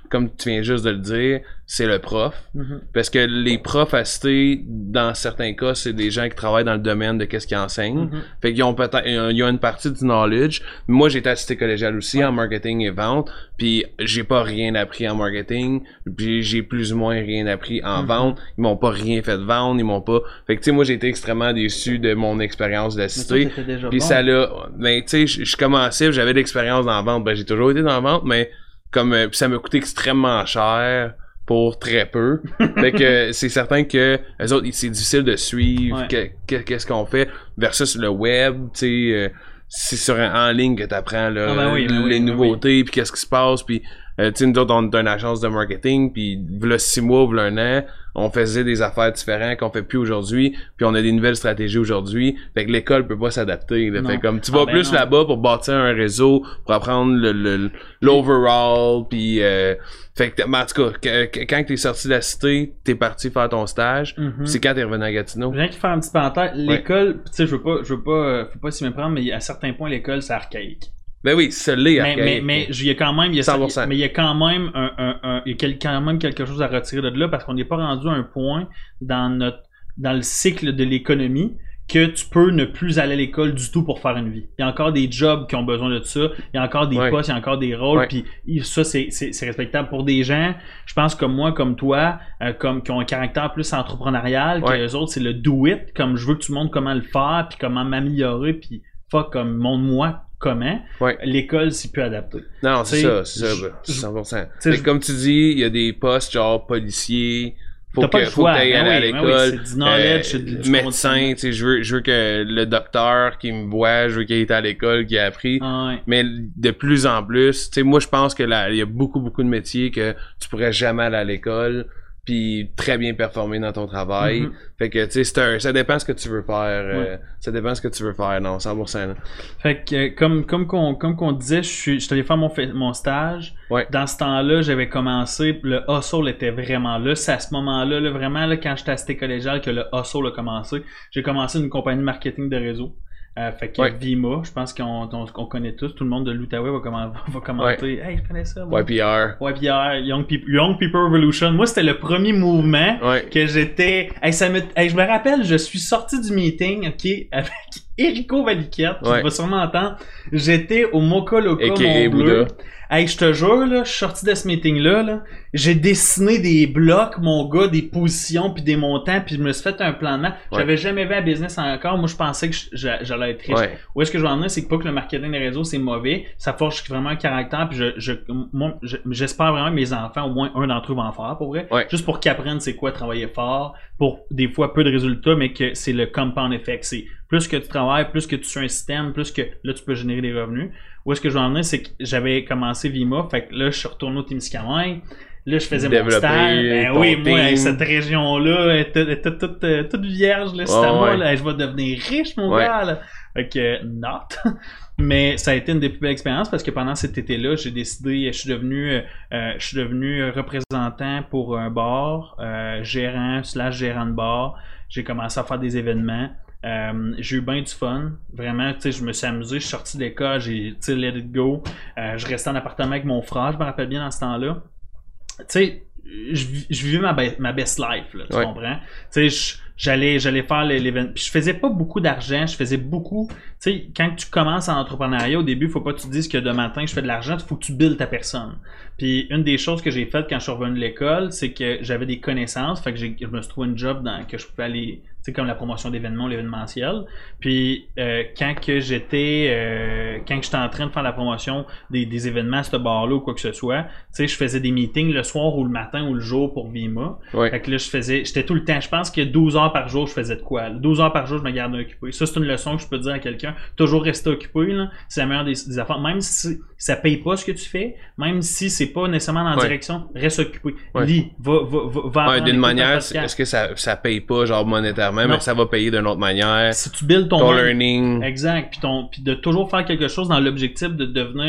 comme tu viens juste de le dire, c'est le prof. Mm-hmm. Parce que les profs assistés, dans certains cas, c'est des gens qui travaillent dans le domaine de qu'est-ce qu'ils enseignent. Mm-hmm. Fait qu'ils ont peut-être, ils ont une partie du knowledge. Moi, j'ai été assisté collégial aussi, ouais, en marketing et vente. Puis j'ai pas rien appris en marketing. Puis j'ai plus ou moins rien appris en mm-hmm. vente. Ils m'ont pas rien fait de vendre. Ils m'ont pas. Fait que tu sais, moi, j'ai été extrêmement déçu de mon expérience d'assisté. Puis bon. ça l'a. Ben, tu sais, je commençais, j'avais de l'expérience dans la vente. Ben, j'ai toujours été dans la vente, mais comme euh, ça m'a coûté extrêmement cher pour très peu. Fait que c'est certain que les autres, c'est difficile de suivre ouais. que, que, qu'est-ce qu'on fait versus le web, tu sais, euh, c'est sur en ligne que t'apprends là, ah ben oui, ben les oui, nouveautés, ben oui. puis qu'est-ce qui se passe, puis euh, tu sais, nous autres, on est une agence de marketing, puis v'là six mois, v'là un an, on faisait des affaires différentes qu'on fait plus aujourd'hui, puis on a des nouvelles stratégies aujourd'hui. Fait que l'école peut pas s'adapter. Là. Fait comme tu vas ah ben plus non. là-bas pour bâtir un réseau, pour apprendre le, le l'overall, puis euh, fait que en tout cas, quand t'es sorti de la cité, t'es parti faire ton stage. Mm-hmm. C'est quand t'es revenu à Gatineau. Je viens de faire un petit parenthèse. L'école, ouais. tu sais, je veux pas, je veux pas, euh, faut pas s'y méprendre, mais à certains points, l'école c'est archaïque. Ben oui, ça l'est archaïque. Mais mais il y a quand même, il y a cent pour cent. Mais il y a quand même un, un, un il y a quand même quelque chose à retirer de là parce qu'on n'est pas rendu à un point dans notre dans le cycle de l'économie que tu peux ne plus aller à l'école du tout pour faire une vie. Il y a encore des jobs qui ont besoin de ça, il y a encore des ouais. postes, il y a encore des rôles, puis ouais. ça c'est, c'est c'est respectable pour des gens, je pense comme moi, comme toi, euh, comme qui ont un caractère plus entrepreneurial, ouais. que les autres c'est le do it, comme je veux que tu montres comment le faire, puis comment m'améliorer, puis fuck comme montre-moi comment. Ouais. L'école c'est plus adapté. Non, c'est ça, c'est ça, c'est cent pour cent. Fait, comme tu dis, il y a des postes genre policiers. Faut T'as que, pas le faut choix. que t'ailles Ben aller oui, à l'école. Ben oui, c'est du knowledge, c'est du, du médecin, tu sais, je veux, je veux que le docteur qui me voit, je veux qu'il ait été à l'école, qu'il ait appris. Ah ouais. Mais de plus en plus, tu sais, moi je pense que là, il y a beaucoup, beaucoup de métiers que tu pourrais jamais aller à l'école, puis très bien performer dans ton travail. Mm-hmm. Fait que, tu sais, ça dépend ce que tu veux faire. Ouais. Euh, ça dépend ce que tu veux faire, non, cent pour cent. Là. Fait que, euh, comme, comme qu'on, comme qu'on disait, je suis, je suis allé faire mon, mon stage. Ouais. Dans ce temps-là, j'avais commencé, le hustle était vraiment là. C'est à ce moment-là, là, vraiment, là, quand j'étais à Cité collégiale, que le hustle a commencé. J'ai commencé une compagnie de marketing de réseau. Euh, fait que ouais. Vima, je pense qu'on on, on connaît tous, tout le monde de l'Outaouais va, comment, va commenter. Ouais. Hey, je connais ça. Moi. Y P R. Y P R, Young People, Young People Revolution. Moi, c'était le premier mouvement ouais. que j'étais. Hey, ça me... Hey, je me rappelle, je suis sorti du meeting, ok, avec Érico Valiquette, ouais. tu vas sûrement entendre. J'étais au Mocha Loca Mont-Bleu. Hey, je te jure, là, je suis sorti de ce meeting-là, là, j'ai dessiné des blocs, mon gars, des positions, puis des montants, puis je me suis fait un plan de match. Ouais. J'avais jamais vu un business encore. Moi, je pensais que j'allais être riche. Ouais. Où est-ce que je vais en venir, c'est que pas que le marketing des réseaux, c'est mauvais. Ça forge vraiment un caractère, puis je, je, moi, je, j'espère vraiment que mes enfants, au moins un d'entre eux va en faire, pour vrai. Ouais. Juste pour qu'ils apprennent c'est quoi travailler fort, pour des fois peu de résultats, mais que c'est le compound effect. C'est plus que tu travailles, plus que tu suis un système, plus que là, tu peux générer des revenus. Où est-ce que je vais en venir, c'est que j'avais commencé Vima, fait que là, je suis retourné au Témiscamingue. Là, je faisais mon stage. Ben oui, moi, team. Cette région-là, elle était, elle était toute, toute, toute vierge, là. C'était oh, à moi, ouais. là. Je vais devenir riche, mon ouais. gars, là. Fait que, not. Mais ça a été une des plus belles expériences parce que pendant cet été-là, j'ai décidé, je suis devenu, euh, je suis devenu représentant pour un bar, euh, gérant slash gérant de bar. J'ai commencé à faire des événements. Euh, j'ai eu bien du fun, vraiment, tu sais, je me suis amusé, je suis sorti de l'école, j'ai, tu sais, let it go. Euh, je restais en appartement avec mon frère, je me rappelle bien dans ce temps-là. Tu sais, je, je vivais ma, ma best life, là, tu ouais. comprends? Tu sais, j'allais, j'allais faire l'événement. Puis je faisais pas beaucoup d'argent, je faisais beaucoup. Tu sais, quand tu commences en entrepreneuriat, au début, faut pas que tu te dises que de matin, je fais de l'argent, il faut que tu builds ta personne. Puis une des choses que j'ai faites quand je suis revenu de l'école, c'est que j'avais des connaissances, fait que j'ai, je me suis trouvé une job dans que je pouvais aller, tu sais, comme la promotion d'événements, l'événementiel. Puis euh, quand que j'étais, euh, quand j'étais en train de faire la promotion des, des événements à ce bar-là ou quoi que ce soit, tu sais, je faisais des meetings le soir ou le matin ou le jour pour Vima. Ouais. Fait que là, je faisais, j'étais tout le temps, je pense que douze heures par jour, je faisais de quoi? douze heures par jour, je me gardais occupé. Ça, c'est une leçon que je peux dire à quelqu'un. Toujours rester occupé, là, c'est la meilleure des, des affaires. Même si ça paye pas ce que tu fais, même si c'est pas nécessairement dans la ouais. direction, reste occupé. Ouais. Lis, va, va, va, va ouais, d'une manière, est-ce que ça, ça paye pas, genre monétairement, non. mais ça va payer d'une autre manière. Si tu builds ton, ton learning. Exact. Puis ton, puis de toujours faire quelque chose dans l'objectif de devenir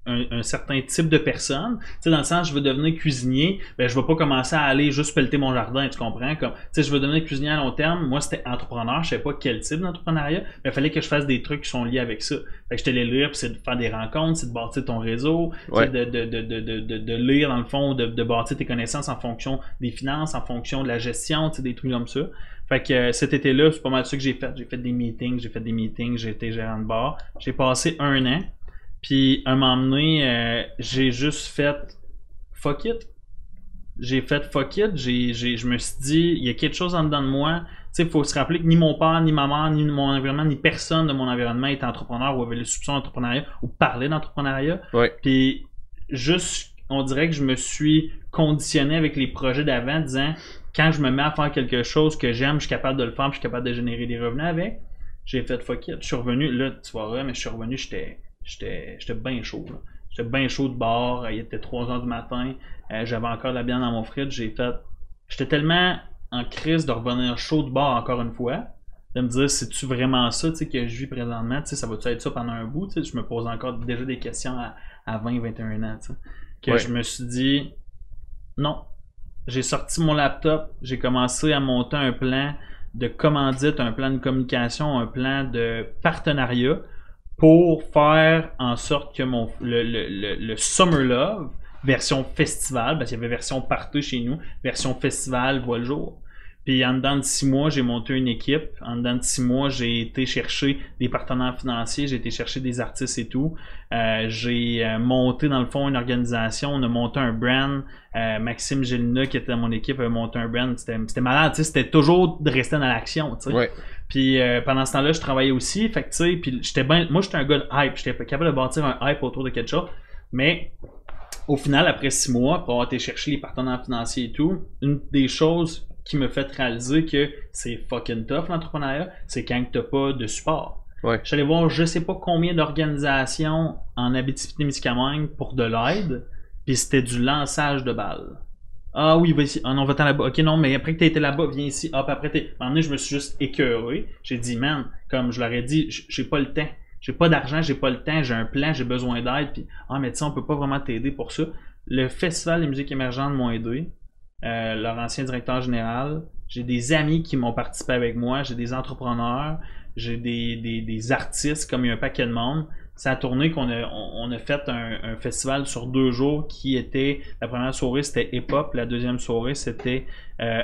un, un certain type de personne. Tu sais, dans le sens, je veux devenir cuisinier, ben je vais pas commencer à aller juste pelleter mon jardin, tu comprends? Comme, tu sais, je veux devenir cuisinier à long terme. Moi, c'était entrepreneur, je sais pas quel type d'entrepreneuriat, mais il fallait que je fasse des trucs qui sont liés avec ça. Fait que j'étais allé lire, puis c'est de faire des rencontres, c'est de bâtir ton réseau, Ouais. de, de, de, de, de, de, de lire, dans le fond, de, de bâtir tes connaissances en fonction des finances, en fonction de la gestion, tu sais, des trucs comme ça. Fait que euh, cet été-là, c'est pas mal ça que j'ai fait. J'ai fait des meetings, j'ai fait des meetings, j'ai été gérant de bar. J'ai passé un an. Puis, un moment donné, euh, j'ai juste fait fuck it. J'ai fait fuck it. J'ai, j'ai, je me suis dit, il y a quelque chose en dedans de moi. Tu sais, il faut se rappeler que ni mon père, ni ma mère, ni mon environnement, ni personne de mon environnement était entrepreneur ou avait le soupçon d'entrepreneuriat ou parlait d'entrepreneuriat. Ouais. Puis, juste, on dirait que je me suis conditionné avec les projets d'avant, disant, quand je me mets à faire quelque chose que j'aime, je suis capable de le faire, puis je suis capable de générer des revenus avec. J'ai fait fuck it. Je suis revenu, là, tu vois, mais je suis revenu, j'étais. J'étais, j'étais bien chaud. Là. J'étais bien chaud de bord. Il était trois heures du matin. Euh, j'avais encore de la bière dans mon fridge. J'ai fait. J'étais tellement en crise de revenir chaud de bord encore une fois. De me dire, c'est-tu vraiment ça que je vis présentement? T'sais, ça va-tu être ça pendant un bout? T'sais? Je me pose encore déjà des questions à, à vingt vingt et un ans. T'sais. Que Ouais. je me suis dit, non. J'ai sorti mon laptop. J'ai commencé à monter un plan de commandite, un plan de communication, un plan de partenariat. Pour faire en sorte que mon le, le, le, le Summer Love, version festival, parce qu'il y avait version party chez nous, version festival voit le jour. Puis en dedans de six mois, j'ai monté une équipe. En dedans de six mois, j'ai été chercher des partenaires financiers, j'ai été chercher des artistes et tout. Euh, j'ai euh, monté dans le fond une organisation, on a monté un brand. Euh, Maxime Gélina, qui était dans mon équipe, a monté un brand. C'était, c'était malade, tu sais, c'était toujours de rester dans l'action, tu sais. Ouais. Puis euh, pendant ce temps-là, je travaillais aussi, fait que tu sais, puis j'étais ben, moi j'étais un gars de hype, j'étais capable de bâtir un hype autour de quelque chose, mais au final, après six mois, pour avoir été chercher les partenaires financiers et tout, une des choses qui me fait réaliser que c'est fucking tough l'entrepreneuriat, c'est quand t'as pas de support. Ouais. Je suis allé voir je sais pas combien d'organisations en Abitibi-Témiscamingue pour de l'aide, puis c'était du lançage de balles. Ah oui, vas-y. Ah non, va-t'en là-bas. Ok, non, mais après que t'as été là-bas, viens ici. Hop, après t'es. À un moment donné, je me suis juste écœuré. J'ai dit, man, comme je leur ai dit, j'ai pas le temps. J'ai pas d'argent, j'ai pas le temps, j'ai un plan, j'ai besoin d'aide. Puis, ah, mais tu sais, on peut pas vraiment t'aider pour ça. Le Festival des musiques émergentes m'ont aidé. Euh, leur ancien directeur général. J'ai des amis qui m'ont participé avec moi. J'ai des entrepreneurs. J'ai des, des, des artistes, comme il y a un paquet de monde. Ça a tourné qu'on a, on, on a fait un, un festival sur deux jours qui était, la première soirée c'était hip-hop, la deuxième soirée c'était euh,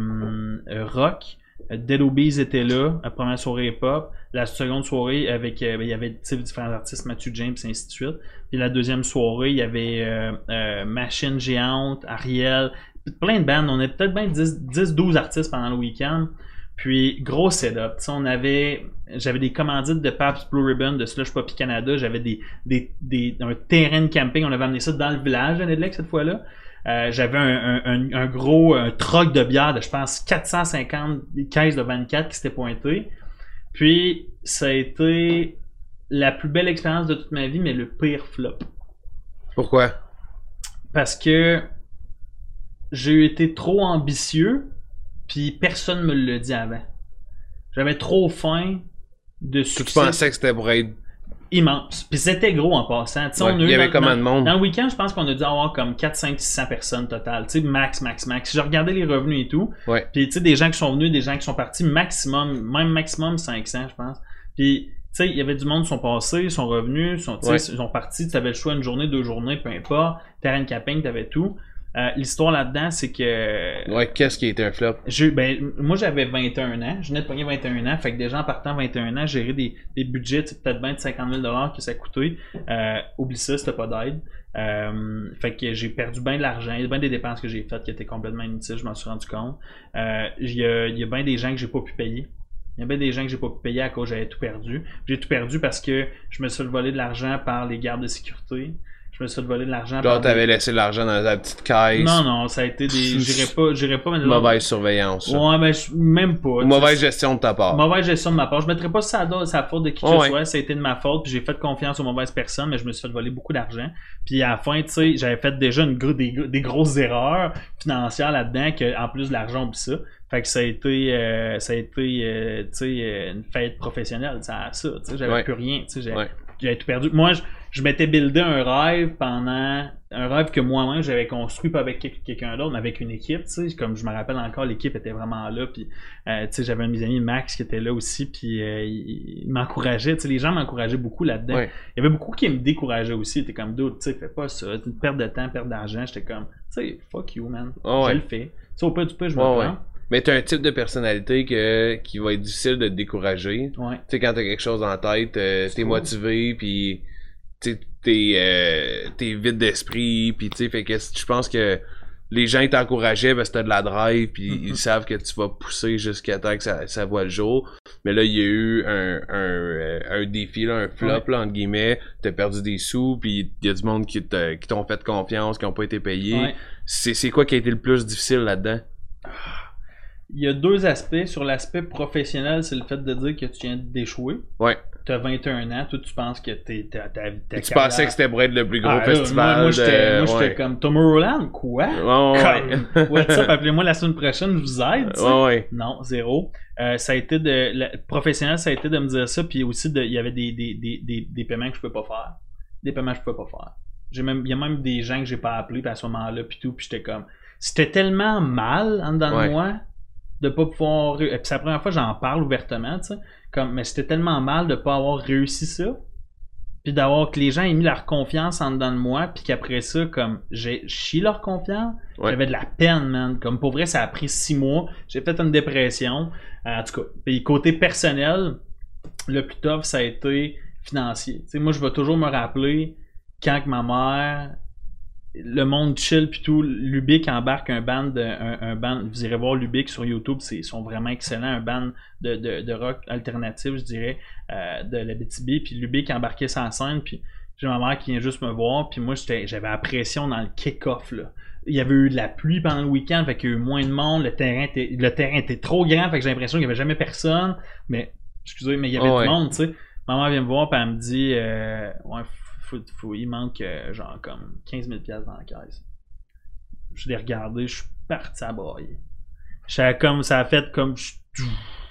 euh, rock. Dead Obies était là, la première soirée hip-hop. La seconde soirée, avec euh, il y avait différents artistes, Matthew James et ainsi de suite. Puis la deuxième soirée, il y avait euh, euh, Machine Géante, Ariel, plein de bandes. On avait peut-être bien dix douze artistes pendant le week-end. Puis, gros setup. T'sais, on avait, j'avais des commandites de Pabst Blue Ribbon, de Slush Poppy Canada. J'avais des, des, des, un terrain de camping. On avait amené ça dans le village de Nedlec cette fois-là. Euh, j'avais un, un, un gros un troc de bière de, je pense, quatre cent cinquante caisses de vingt-quatre qui s'était pointé. Puis, ça a été la plus belle expérience de toute ma vie, mais le pire flop. Pourquoi? Parce que j'ai été trop ambitieux. Puis personne me l'a dit avant. J'avais trop faim de succès. Tu pensais que c'était pour être immense. Puis c'était gros en passant. Ouais, on a il y avait dans, combien de monde? Dans le week-end, je pense qu'on a dû avoir comme quatre, cinq, six cents personnes total. Tu sais, max, max, max. Si je regardais les revenus et tout, ouais. Puis tu sais, des gens qui sont venus, des gens qui sont partis, maximum, même maximum cinq cents, je pense. Puis tu sais, il y avait du monde qui sont passés, ils sont revenus, sont, ouais. Ils sont partis. Tu avais le choix une journée, deux journées, peu importe. Terrain de camping, tu avais tout. Euh, l'histoire là-dedans, c'est que... Ouais, qu'est-ce qui a été un flop? Je, ben, moi, j'avais vingt et un ans. Je venais de pogner vingt et un ans. Fait que déjà, en partant vingt et un ans, gérer des, des budgets, peut-être bien de cinquante mille dollars que ça coûtait. Euh, oublie ça, c'était pas d'aide. Euh, fait que j'ai perdu bien de l'argent. Il y a bien des dépenses que j'ai faites qui étaient complètement inutiles, je m'en suis rendu compte. Euh, il y a, il y a bien des gens que j'ai pas pu payer. Il y a bien des gens que j'ai pas pu payer à cause j'avais tout perdu. J'ai tout perdu parce que je me suis fait voler de l'argent par les gardes de sécurité. Je me suis fait voler de l'argent. Genre, t'avais des... laissé l'argent dans la petite caisse. Non, non, ça a été des. J'irais pas. J'irais pas maintenant. Mauvaise surveillance. Ça. Ouais, mais je... même pas. Mauvaise gestion de ta part. Mauvaise gestion de ma part. Je mettrais pas ça à la faute de qui que oh, ce ouais. soit. Ça a été de ma faute. Puis j'ai fait confiance aux mauvaises personnes, mais je me suis fait voler beaucoup d'argent. Puis à la fin, tu sais, j'avais fait déjà une gros, des, des grosses erreurs financières là-dedans, que en plus de l'argent, on ça. Fait que ça a été, euh, ça a été, euh, tu sais, une fête professionnelle, ça, ça. Tu sais, j'avais ouais. plus rien. Tu sais, j'avais, ouais. j'avais tout perdu. Moi, je, je m'étais buildé un rêve pendant... Un rêve que moi-même, j'avais construit pas avec quelqu'un d'autre, mais avec une équipe, tu sais. Comme je me rappelle encore, l'équipe était vraiment là, puis euh, tu sais, j'avais un de mes amis, Max, qui était là aussi, puis euh, il, il m'encourageait, tu sais, les gens m'encourageaient beaucoup là-dedans. Ouais. Il y avait beaucoup qui me décourageaient aussi, t'es comme, dude, tu sais, fais pas ça, c'est une perte de temps, perte d'argent, j'étais comme, tu sais, fuck you, man, oh, je ouais. le fais. Tu sais, au peu du peu, je me oh, prends. Ouais. Mais t'as un type de personnalité que, qui va être difficile de te décourager. Ouais. Tu sais, quand t'as quelque chose en tête, euh, t'es motivé, puis tu sais, t'es, euh, t'es vide d'esprit, puis tu sais, fait que je pense que les gens ils t'encourageaient parce que t'as de la drive, puis mm-hmm. ils savent que tu vas pousser jusqu'à temps que ça, ça voit le jour. Mais là, il y a eu un, un, un défi, là, un flop, ouais. là, entre guillemets. T'as perdu des sous, puis il y a du monde qui, t'a, qui t'ont fait confiance, qui n'ont pas été payés. Ouais. C'est, c'est quoi qui a été le plus difficile là-dedans? Il y a deux aspects. Sur l'aspect professionnel, c'est le fait de dire que tu viens d'échouer. Ouais. T'as vingt et un ans, toi tu penses que t'es ta ta ta Tu pensais que c'était pour être le plus gros ah, festival. Là, moi, moi j'étais de... moi, j'étais ouais. comme Tomorrowland, quoi? Ouais, comme, ouais. What's up, appelez-moi la semaine prochaine, je vous aide. Ouais, ouais. Non, zéro. Euh, ça a été de. La, professionnel, ça a été de me dire ça, puis aussi de, il y avait des, des, des, des, des paiements que je pouvais pas faire. Des paiements que je pouvais pas faire. J'ai même, il y a même des gens que j'ai pas appelés à ce moment-là, puis tout, puis j'étais comme. C'était tellement mal en dedans ouais. de moi de pas pouvoir. Et puis c'est la première fois que j'en parle ouvertement, tu sais. Comme, mais c'était tellement mal de pas avoir réussi ça, puis d'avoir que les gens aient mis leur confiance en dedans de moi, puis qu'après ça, comme j'ai chié leur confiance, ouais. j'avais de la peine, man. Comme pour vrai, ça a pris six mois. J'ai fait une dépression. Euh, en tout cas, puis côté personnel, le plus tough, ça a été financier. Tu sais, moi, je vais toujours me rappeler quand que ma mère. Le monde chill puis tout, Lubic embarque un band, de, un, un band, vous irez voir Lubic sur YouTube, c'est, ils sont vraiment excellents, un band de, de, de rock alternatif, je dirais, euh, de l'Abitibi, puis Lubic embarquait sur la scène, puis j'ai ma mère qui vient juste me voir, puis moi j'étais, j'avais la pression dans le kick-off, là. Il y avait eu de la pluie pendant le week-end, fait qu'il y a eu moins de monde, le terrain était, le terrain était trop grand, fait que j'ai l'impression qu'il n'y avait jamais personne, mais, excusez, mais il y avait oh, du ouais. monde, tu sais. Ma mère vient me voir, puis elle me dit, euh, ouais, Faut, faut, il manque euh, genre comme quinze mille dollars dans la caisse. Je l'ai regardé, je suis parti à brailler. J'avais comme, ça a fait comme... Puis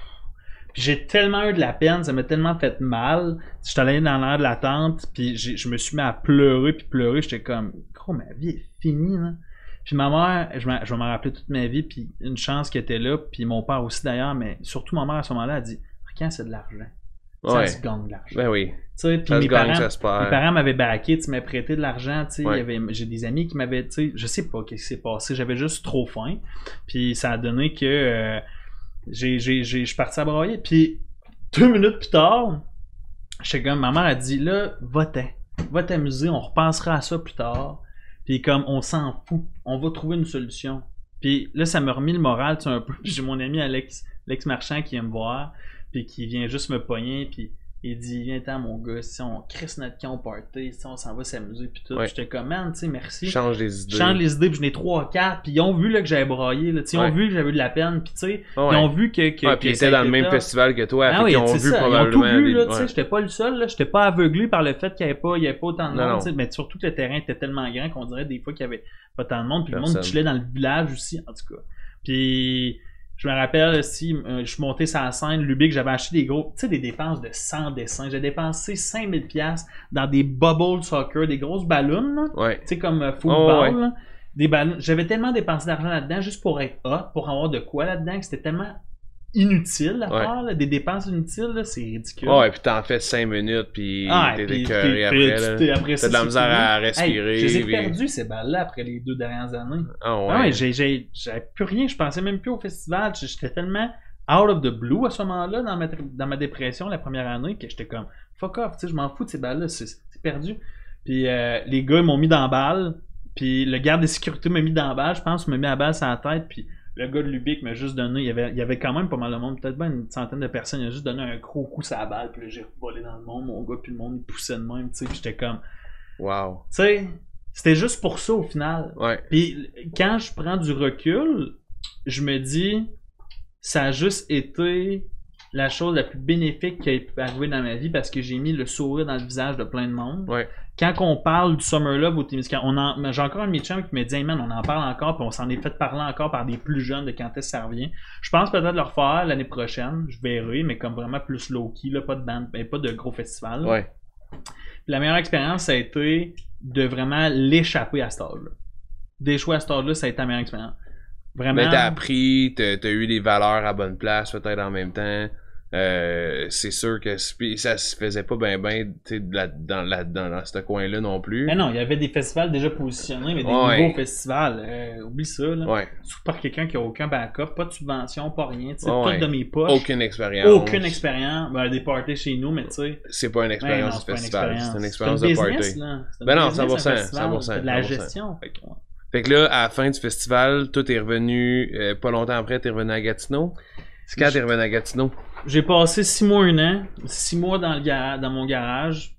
j'ai tellement eu de la peine, ça m'a tellement fait mal. J'étais allé dans l'air de la tente, puis je me suis mis à pleurer, puis pleurer. J'étais comme, gros, ma vie est finie, là. Puis ma mère, je, je vais m'en rappeler toute ma vie, puis une chance qu'elle était là, puis mon père aussi d'ailleurs, mais surtout ma mère à ce moment-là, elle a dit, quand c'est de l'argent. Ça ouais. se gagne de l'argent. Ben oui. T'sais, puis mes, parents, mes parents m'avaient backé, tu m'as prêté de l'argent, tu sais, ouais. j'ai des amis qui m'avaient, tu sais, je sais pas ce qui s'est passé, j'avais juste trop faim, puis ça a donné que euh, j'ai, j'ai, j'ai, je suis parti à brailler, puis deux minutes plus tard, j'étais comme, ma mère a dit, là, va-t'en, va t'amuser, on repensera à ça plus tard, puis comme, on s'en fout, on va trouver une solution, puis là, ça m'a remis le moral, tu sais, un peu, j'ai mon ami Alex, Alex Marchand qui vient me voir, puis qui vient juste me pogner, puis il dit, viens-t'en mon gars, si on crisse notre camp au party, si on s'en va s'amuser, puis tout. Ouais. J'étais comme, man, tu sais, merci. Change les idées. Change les idées, puis j'en ai trois, quatre, puis ils ont vu là, que j'avais braillé, là, ils ouais. ont vu que j'avais eu de la peine, puis tu sais, oh, ouais. ils ont vu que. que, ouais, que puis ils étaient dans le même festival que toi, ah, oui, ils ont vu ça. probablement. Ils ont tout vu, là, des... tu sais, ouais. j'étais pas le seul, là, j'étais pas aveuglé par le fait qu'il y avait pas, il y avait pas autant de monde, mais surtout que le terrain était tellement grand qu'on dirait des fois qu'il y avait pas tant de monde, puis le monde chillait dans le village aussi, en tout cas. Puis. Je me rappelle aussi, euh, je suis monté sur la scène, Lubic, j'avais acheté des gros, tu sais, des dépenses de cent dessins. J'ai dépensé cinq mille dollars dans des bubble soccer, des grosses ballons, là. Ouais. Tu sais, comme euh, football, oh, ouais. là. Des ballons. J'avais tellement dépensé d'argent là-dedans juste pour être hot, pour avoir de quoi là-dedans, que c'était tellement inutile à faire, ouais. là, des dépenses inutiles, là, c'est ridicule. Ouais, puis t'en fais cinq minutes, puis ah, t'es puis, écœuré après, t'es, après t'as de la misère à respirer. Hey, je les ai puis... perdu ces balles-là après les deux dernières années. Ah ouais? Ah ouais, j'ai, j'ai, j'avais plus rien, je pensais même plus au festival, j'étais tellement out of the blue à ce moment-là dans ma, dans ma dépression la première année que j'étais comme fuck off, tu sais, je m'en fous de ces balles-là, c'est, c'est perdu. Puis euh, les gars ils m'ont mis dans la balle, puis le garde de sécurité m'a mis dans la balle, je pense, m'a mis la balle sur la tête, puis le gars de Lubic m'a juste donné, il y avait, il y avait quand même pas mal de monde, peut-être bien une centaine de personnes, il a juste donné un gros coup sur la balle, puis là, j'ai volé dans le monde, mon gars, puis le monde il poussait de même, tu sais, puis j'étais comme wow. Tu sais, c'était juste pour ça au final. Ouais. Puis quand je prends du recul, je me dis, ça a juste été la chose la plus bénéfique qui a pu arriver dans ma vie parce que j'ai mis le sourire dans le visage de plein de monde. Ouais. Quand on parle du Summer Love au Témiscamingue, on en, j'ai encore un de mes chums qui me dit hey man, on en parle encore, puis on s'en est fait parler encore par des plus jeunes de quand est-ce que ça revient. Je pense peut-être le refaire l'année prochaine, je verrai, mais comme vraiment plus low-key, là, pas de band, pas de gros festival. Ouais. La meilleure expérience, ça a été de vraiment l'échapper à cet âge-là. D'échouer à cet âge-là, ça a été la meilleure expérience. Vraiment. Mais t'as appris, t'as, t'as eu des valeurs à bonne place, peut-être en même temps. Euh, c'est sûr que ça se faisait pas bien ben, ben dans, la, dans, dans ce coin-là non plus. Mais non, il y avait des festivals déjà positionnés, mais des ouais. nouveaux festivals. Euh, oublie ça, là. Ouais. Surtout par quelqu'un qui a aucun backup, pas de subvention, pas rien. Tu sais, ouais. tout de mes poches. Aucune expérience. Aucune expérience. Ben, des parties chez nous, mais tu sais. C'est pas une expérience ouais, non, de festival, une c'est une expérience de party. Business, là. Ben non, cent pour cent. cent pour cent c'est de la gestion. Fait que, ouais. fait que là, à la fin du festival, toi, t'es revenu, euh, pas longtemps après, t'es revenu à Gatineau. C'est quand t'es revenu à Gatineau? J'ai passé six mois, un an, six mois dans, le garage, dans mon garage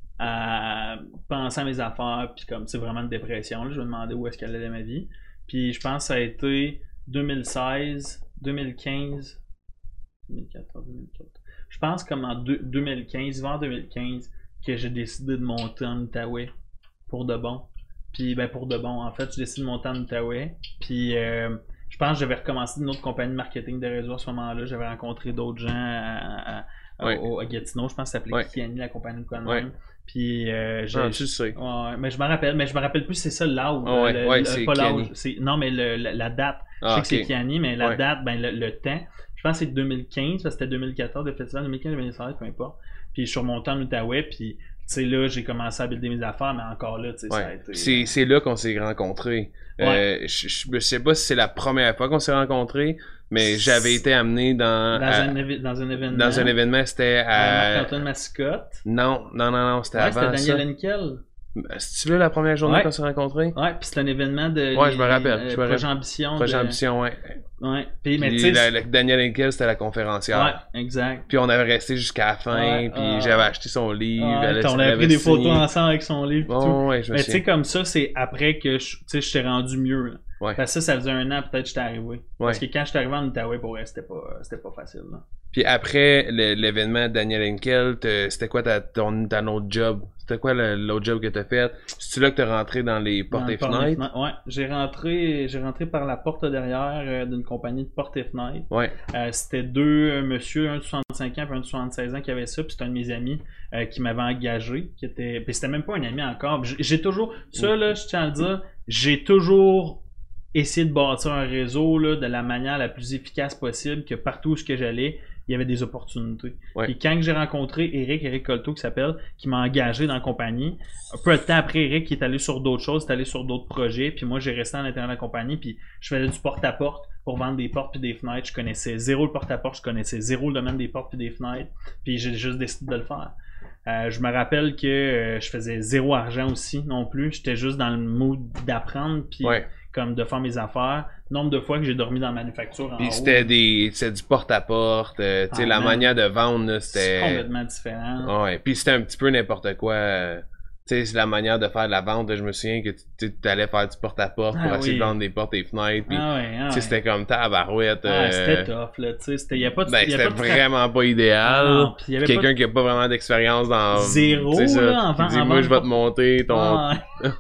à penser à mes affaires, puis comme c'est vraiment une dépression, là, je me demandais où est-ce qu'elle allait ma vie. Puis je pense que ça a été deux mille seize, deux mille quinze, deux mille quatorze, deux mille quatorze. Je pense comme en deux mille quinze, vers deux mille quinze, que j'ai décidé de monter en Outaouais pour de bon. Puis ben pour de bon, en fait, j'ai décidé de monter en Outaouais. Puis euh, je pense que j'avais recommencé une autre compagnie de marketing de réseau à ce moment-là. J'avais rencontré d'autres gens à, à, ouais. au, à Gatineau. Je pense que ça s'appelait ouais. Kiani, la compagnie de quoi de ouais. même. Puis euh, j'ai. Ah, tu sais. Ouais, mais je me rappelle, mais je me rappelle plus c'est ça l'âge. Oh, ouais, le, ouais, le, c'est pas l'âge. Non, mais le, la, la date. Ah, je sais okay. que c'est Kiani, mais la ouais. date, ben le, le temps. Je pense que c'est deux mille quinze, parce que c'était deux mille quatorze le festival, deux mille quinze, deux mille seize, peu importe. Puis je suis remonté en Outaouais, puis tu sais là, j'ai commencé à builder mes affaires, mais encore là, tu sais, ouais. ça a été. C'est, c'est là qu'on s'est rencontrés. Ouais. Euh, je, je sais pas si c'est la première fois qu'on s'est rencontrés, mais j'avais été amené dans. Dans, à, un, évi- dans un événement. Dans un événement, c'était à. Marc-Antoine Mascotte. Non, non, non, non, c'était ouais, avant. C'était Daniel Henkel. C'est-tu là la première journée ouais. qu'on s'est rencontrés? Ouais, puis c'était un événement de. Ouais, je me rappelle. Euh, je me Projet Ambition. Projet de... Ambition, ouais. Ouais. Puis, mais puis tu sais. Daniel Henkel, c'était la conférencière. Ouais, exact. Puis on avait resté jusqu'à la fin, ouais, puis euh... j'avais acheté son livre. Ouais, elle, on avait pris des signé. Photos ensemble avec son livre. Oh, tout. Ouais, je me mais tu sais, comme ça, c'est après que je, je t'ai rendu mieux. Là. Ouais. Parce que ça, ça faisait un an, peut-être que j'étais arrivé. Ouais. Parce que quand j'étais arrivé en Outaouais, pour elle, c'était pas, c'était pas facile. Là. Puis après le, l'événement de Daniel Henkel, c'était quoi ta, ton, ta autre job? C'était quoi le, l'autre job que t'as fait? C'est-tu là que t'es rentré dans les portes dans et fenêtres? fenêtres? Ouais, j'ai rentré, j'ai rentré par la porte derrière euh, d'une compagnie de portes et fenêtres. Ouais. Euh, c'était deux euh, monsieur, un de soixante-cinq ans et un de soixante-seize ans qui avait ça, puis c'était un de mes amis euh, qui m'avait engagé, qui était, puis c'était même pas un ami encore. J'ai, j'ai toujours, ça là, je tiens à le dire, j'ai toujours essayé de bâtir un réseau là, de la manière la plus efficace possible, que partout où j'allais, il y avait des opportunités. Ouais. Et quand j'ai rencontré Eric, Eric Colto qui s'appelle, qui m'a engagé dans la compagnie, un peu de temps après, Eric qui est allé sur d'autres choses, est allé sur d'autres projets, puis moi j'ai resté à l'intérieur de la compagnie, puis je faisais du porte-à-porte pour vendre des portes puis des fenêtres. Je connaissais zéro le porte-à-porte, je connaissais zéro le domaine des portes puis des fenêtres, puis j'ai juste décidé de le faire. Euh, je me rappelle que euh, je faisais zéro argent aussi non plus, j'étais juste dans le mood d'apprendre, puis ouais. comme de faire mes affaires. Nombre de fois que j'ai dormi dans la manufacture en Puis haut. c'était des c'était du porte-à-porte, euh, tu sais, ah, la man. manière de vendre, là, c'était... C'est complètement différent. Ouais, puis c'était un petit peu n'importe quoi. Euh, tu sais, c'est la manière de faire de la vente. Là, je me souviens que tu allais faire du porte-à-porte pour ah, essayer oui. de vendre des portes et fenêtres. Puis, ah ouais, ah tu sais, ouais. c'était comme tabarouette. Ah, euh... c'était tough, là, tu sais. C'était, y a pas de, ben, y a c'était pas de vraiment pas idéal. Non, quelqu'un pas de... qui a pas vraiment d'expérience dans... Zéro, ça, là, en vente. Dit, moi, je vais te monter ton... Ah,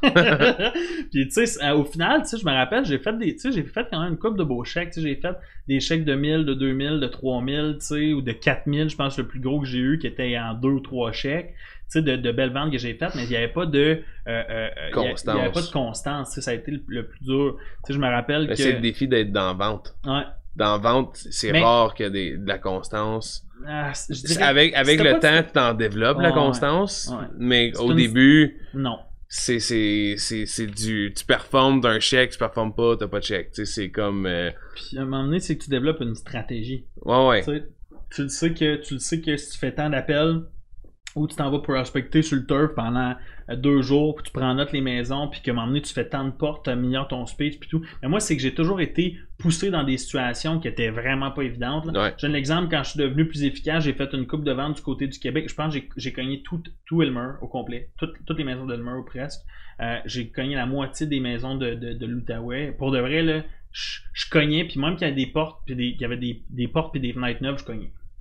puis, tu sais, au final, tu sais, je me rappelle, j'ai fait des... Tu sais, j'ai fait quand même une couple de beaux chèques. Tu sais, j'ai fait des chèques de mille, de deux mille, de trois mille, tu sais, ou de quatre mille, je pense, le plus gros que j'ai eu, qui était en deux ou trois chèques. Tu sais, de, de belles ventes que j'ai faites, mais il n'y avait pas de euh, euh, constance. Il n'y avait pas de constance. Tu sais, ça a été le, le plus dur. Tu sais, je me rappelle mais que... c'est le défi d'être dans la vente. Ouais. Dans la vente, c'est mais... rare qu'il y a des, de la constance. Ah, je dirais... Avec, avec le temps, tu t'en développes, oh, la constance. Ouais. Ouais. Mais c'est au une... début... Non. C'est, c'est, c'est, c'est du... Tu performes d'un chèque, tu performes pas, t'as pas de chèque. Tu sais, c'est comme... Euh... Puis à un moment donné, c'est que tu développes une stratégie. Ouais, ouais. Tu sais, tu le sais que, tu le sais que si tu fais tant d'appels... ou tu t'en vas prospecter sur le turf pendant deux jours, puis tu prends en note les maisons, puis qu'à un moment donné, tu fais tant de portes, tu améliores ton speech, puis tout. Mais moi, c'est que j'ai toujours été poussé dans des situations qui étaient vraiment pas évidentes. Là. Ouais. J'ai un exemple, quand je suis devenu plus efficace, j'ai fait une coupe de vente du côté du Québec. Je pense que j'ai, j'ai cogné tout, tout Elmer au complet, tout, toutes les maisons d'Elmer ou presque. Euh, j'ai cogné la moitié des maisons de, de, de l'Outaouais. Pour de vrai, là, je, je cognais, puis même qu'il y avait des portes, puis des, qu'il y avait des, des portes puis des fenêtres neuves, je cognais.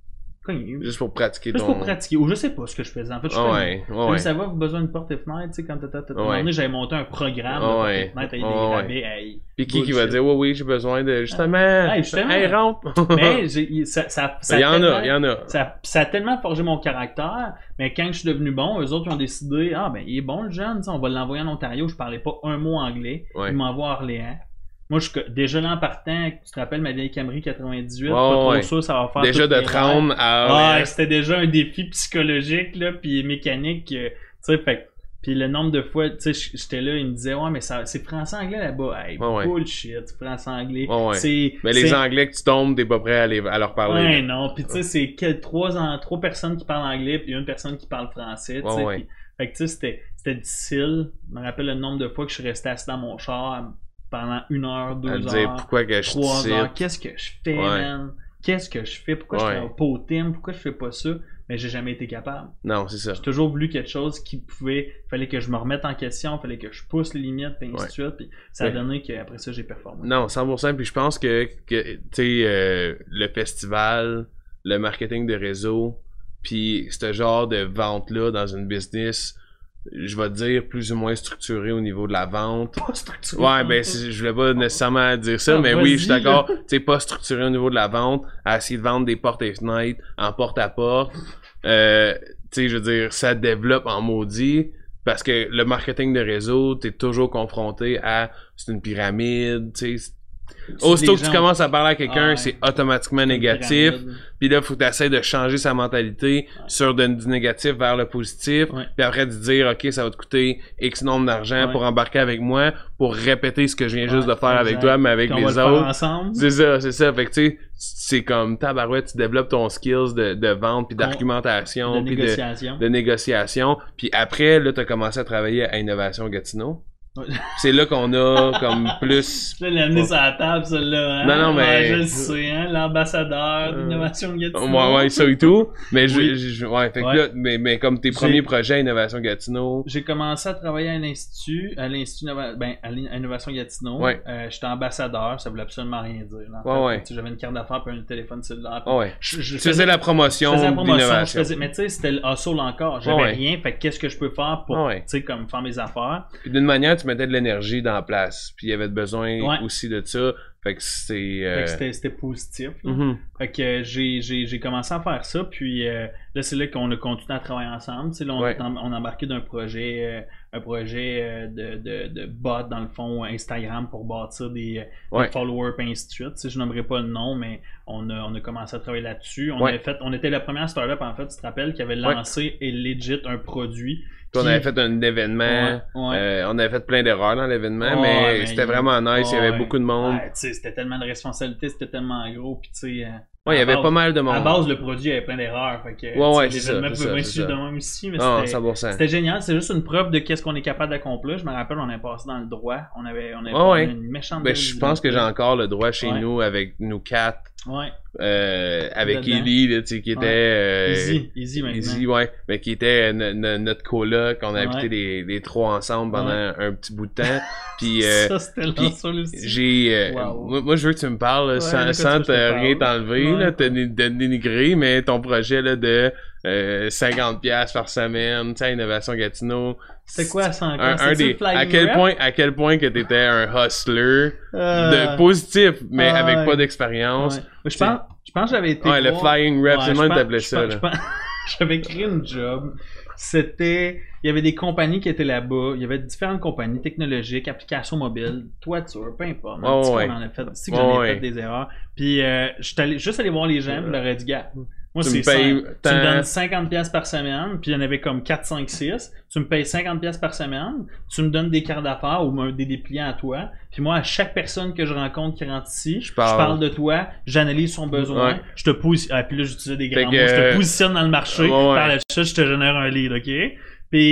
cogner. Juste pour pratiquer Juste ton... pour pratiquer. Ou je sais pas ce que je faisais. En fait, je suis Ah cogné. ouais, Salut, ouais, ouais. ça va, vous avez besoin d'une porte et fenêtre, tu sais, quand t'étais à un moment Ouais. donné, j'avais monté un programme de Ah porte ouais. et fenêtre avec Ah des ouais. rabais. Hey, Puis qui qui va bullshit. dire, oui, oui, j'ai besoin de, justement, Hey, justement. hey, rentre! Mais j'ai- ça, ça, ça, il y en tellement- a, il y en a. Ça, ça a tellement forgé mon caractère, mais quand je suis devenu bon, eux autres ils ont décidé, ah ben il est bon le jeune, on va l'envoyer en Ontario, je parlais pas un mot anglais, Ouais. il m'envoie à Orléans. Moi, je, déjà là en partant, tu te rappelles ma vieille Camry quatre-vingt-dix-huit, Ouais, pas trop ouais. sûr, ça va faire Déjà toutes de les trente rêves. à... Ouais, c'était déjà un défi psychologique, là, puis mécanique, euh, tu sais, fait puis le nombre de fois, tu sais, j'étais là, il me disait, ouais, mais ça, c'est français-anglais là-bas. Hey, Ouais, ouais. bullshit, français-anglais. Ouais, ouais. C'est, Mais les c'est- Anglais que tu tombes, t'es pas prêt à, les, à leur parler. Ouais, là. non. Puis tu sais, c'est que trois, en, trois personnes qui parlent anglais, puis une personne qui parle français. tu sais, Ouais, ouais. puis- fait que tu sais, c'était, c'était difficile. Je me rappelle le nombre de fois que je suis resté assis dans mon char pendant une heure, deux À te heures, dire pourquoi que je trois suis heures. Qu'est-ce que je fais, Ouais. man? Qu'est-ce que je fais? Pourquoi Ouais. je fais un pot team? Pourquoi je fais pas ça? Mais j'ai jamais été capable. Non, c'est ça. J'ai toujours voulu quelque chose qui pouvait. Fallait que je me remette en question, fallait que je pousse les limites, puis ainsi Ouais. de suite. Puis ça a Ouais. donné qu'après ça, j'ai performé. Non, cent pour cent. Puis je pense que, que tu sais, euh, le festival, le marketing de réseau, puis ce genre de vente-là dans une business, je vais te dire plus ou moins structuré au niveau de la vente. Pas structuré. Ouais, ben c'est- je voulais pas nécessairement dire ça, Ah, mais vas-y, oui, je suis d'accord. là. Tu sais, pas structuré au niveau de la vente, à essayer de vendre des portes et fenêtres en porte-à-porte. Euh, tu sais, je veux dire, ça développe en maudit. Parce que le marketing de réseau, t'es toujours confronté à c'est une pyramide, tu sais. Aussitôt que tu commences à parler à quelqu'un, Ah ouais. c'est automatiquement négatif. Puis là, faut que tu essaies de changer sa mentalité Ouais. sur de- du négatif vers le positif. Ouais. Puis après, de dire, OK, ça va te coûter X nombre d'argent Ouais. pour embarquer avec moi, pour répéter ce que je viens juste Ouais, de faire avec exact. toi, mais avec Puis on va les le faire autres. ensemble. C'est ça, c'est ça. Fait que tu sais, c'est comme tabarouette, tu développes ton skills de, de vente, puis Con- d'argumentation, De puis de, négociation. de négociation. Puis après, là, tu as commencé à travailler à Innovation Gatineau. Ouais. C'est là qu'on a comme plus... Je l'ai amené sur la table, celle-là. Hein? Non, non, mais- Ouais, je le sais, hein? L'ambassadeur Euh, d'innovation de Gatineau. Ouais, ouais, ça et tout. Mais je, Oui. je- je- ouais, fait que Ouais. là, mais, mais comme tes J'ai- premiers projets à Innovation Gatineau. J'ai commencé à travailler à l'Institut, à l'Institut Innova- ben, à l'In- à Innovation Gatineau. Ouais. Euh, j'étais ambassadeur, ça voulait absolument rien dire. là. En Ouais, fait, ouais. tu sais, j'avais une carte d'affaires et un téléphone cellulaire. Ah ouais. Je, je Tu faisais la promotion, je faisais la promotion, je d'innovation. faisais- mais tu sais, c'était le hustle encore. J'avais Ouais, ouais. rien, fait que qu'est-ce que je peux faire pour, Ah ouais. tu sais, comme faire mes affaires. Puis d'une manière, tu mettais de l'énergie dans la place. Puis il y avait besoin Ouais. aussi de ça. Fait que c'est... Fait euh, que c'était, c'était positif. là. mhm. Fait que euh, j'ai, j'ai, j'ai commencé à faire ça, puis euh, là, c'est là qu'on a continué à travailler ensemble. Tu sais, là, on, Ouais. est en- on a embarqué d'un projet, euh, un projet euh, de, de, de bot, dans le fond, Instagram pour bâtir des, euh, Ouais. des followers et ainsi de suite. Tu sais, je nommerai pas le nom, mais on a, on a commencé à travailler là-dessus. On, Ouais. avait fait, on était la première startup, en fait, tu te rappelles, qui avait Ouais. lancé et legit un produit. Puis on qui- avait fait un événement. Ouais, ouais. euh, on avait fait plein d'erreurs dans l'événement, Ouais, mais mais c'était il- vraiment nice. Il y avait ouais. beaucoup de monde. Ouais, tu sais, c'était tellement de responsabilités, c'était tellement gros, puis tu sais... euh, Ouais, il y à avait base- pas mal de monde. À base, le produit avait plein d'erreurs. Fait que, Ouais, ouais, tu sais, c'est ça, l'événement c'est peut ça, bien c'est suivre ça. de même ici, mais Ah, c'était, cent pour cent. c'était génial. C'est juste une preuve de qu'est-ce qu'on est capable d'accomplir. Je me rappelle, on est passé dans le droit. On avait, on avait Ouais, ouais. une méchante Ben, belle je pense que j'ai visibilité. encore le droit chez Ouais. nous avec nous quatre. Ouais. Euh, avec Dedans. Ellie, là, tu sais, qui était... Ouais. euh, Easy, easy maintenant. Easy, ouais. Mais qui était no- no- notre coloc. On a Ouais. habité les, les trois ensemble pendant Ouais. un petit bout de temps. Puis euh, Ça, c'était puis lancé aussi. j'ai... euh, Wow. moi, moi, je veux que tu me parles là, Ouais, sans, de quoi sans tu veux que te je te rien parle? t'enlever, Ouais. là, te, dé- de dénigrer, mais ton projet là, de euh, cinquante piastres par semaine, tu sais, Innovation Gatineau. C'était quoi, ça encore? Un, un C'était-tu des, le flying à quel rep? point à quel point que t'étais un hustler Euh, de positif mais ah, avec ouais. pas d'expérience. Ouais. Je pense, je pense que j'avais été Ouais, le voir- flying rep, Ouais, c'est je moi pense- t'appelais je ça. pense- là. je pense- J'avais créé une job. C'était... Il y avait des compagnies qui étaient là-bas. Il y avait différentes compagnies technologiques, applications mobiles, toitures, peu importe. Ouais, Un petit peu, ouais. on en a fait. C'est que j'en ai Ouais, fait des erreurs. Puis, euh, je suis allé juste aller voir les gens, je leur ai dit, gars, moi, Tu c'est me payes simple. Tu tant- me donnes cinquante piastres par semaine, puis il y en avait comme quatre, cinq, six. Tu me payes cinquante piastres par semaine, tu me donnes des cartes d'affaires ou un- des dépliants à toi. Puis moi, à chaque personne que je rencontre qui rentre ici, je parle. parle, de toi, j'analyse son besoin, Ouais. je te positionne. Ah, puis là, j'utilisais des Fait grands que, mots. Je euh, te positionne dans le marché, ouais, ouais. par la suite, je te génère un lead, OK? Puis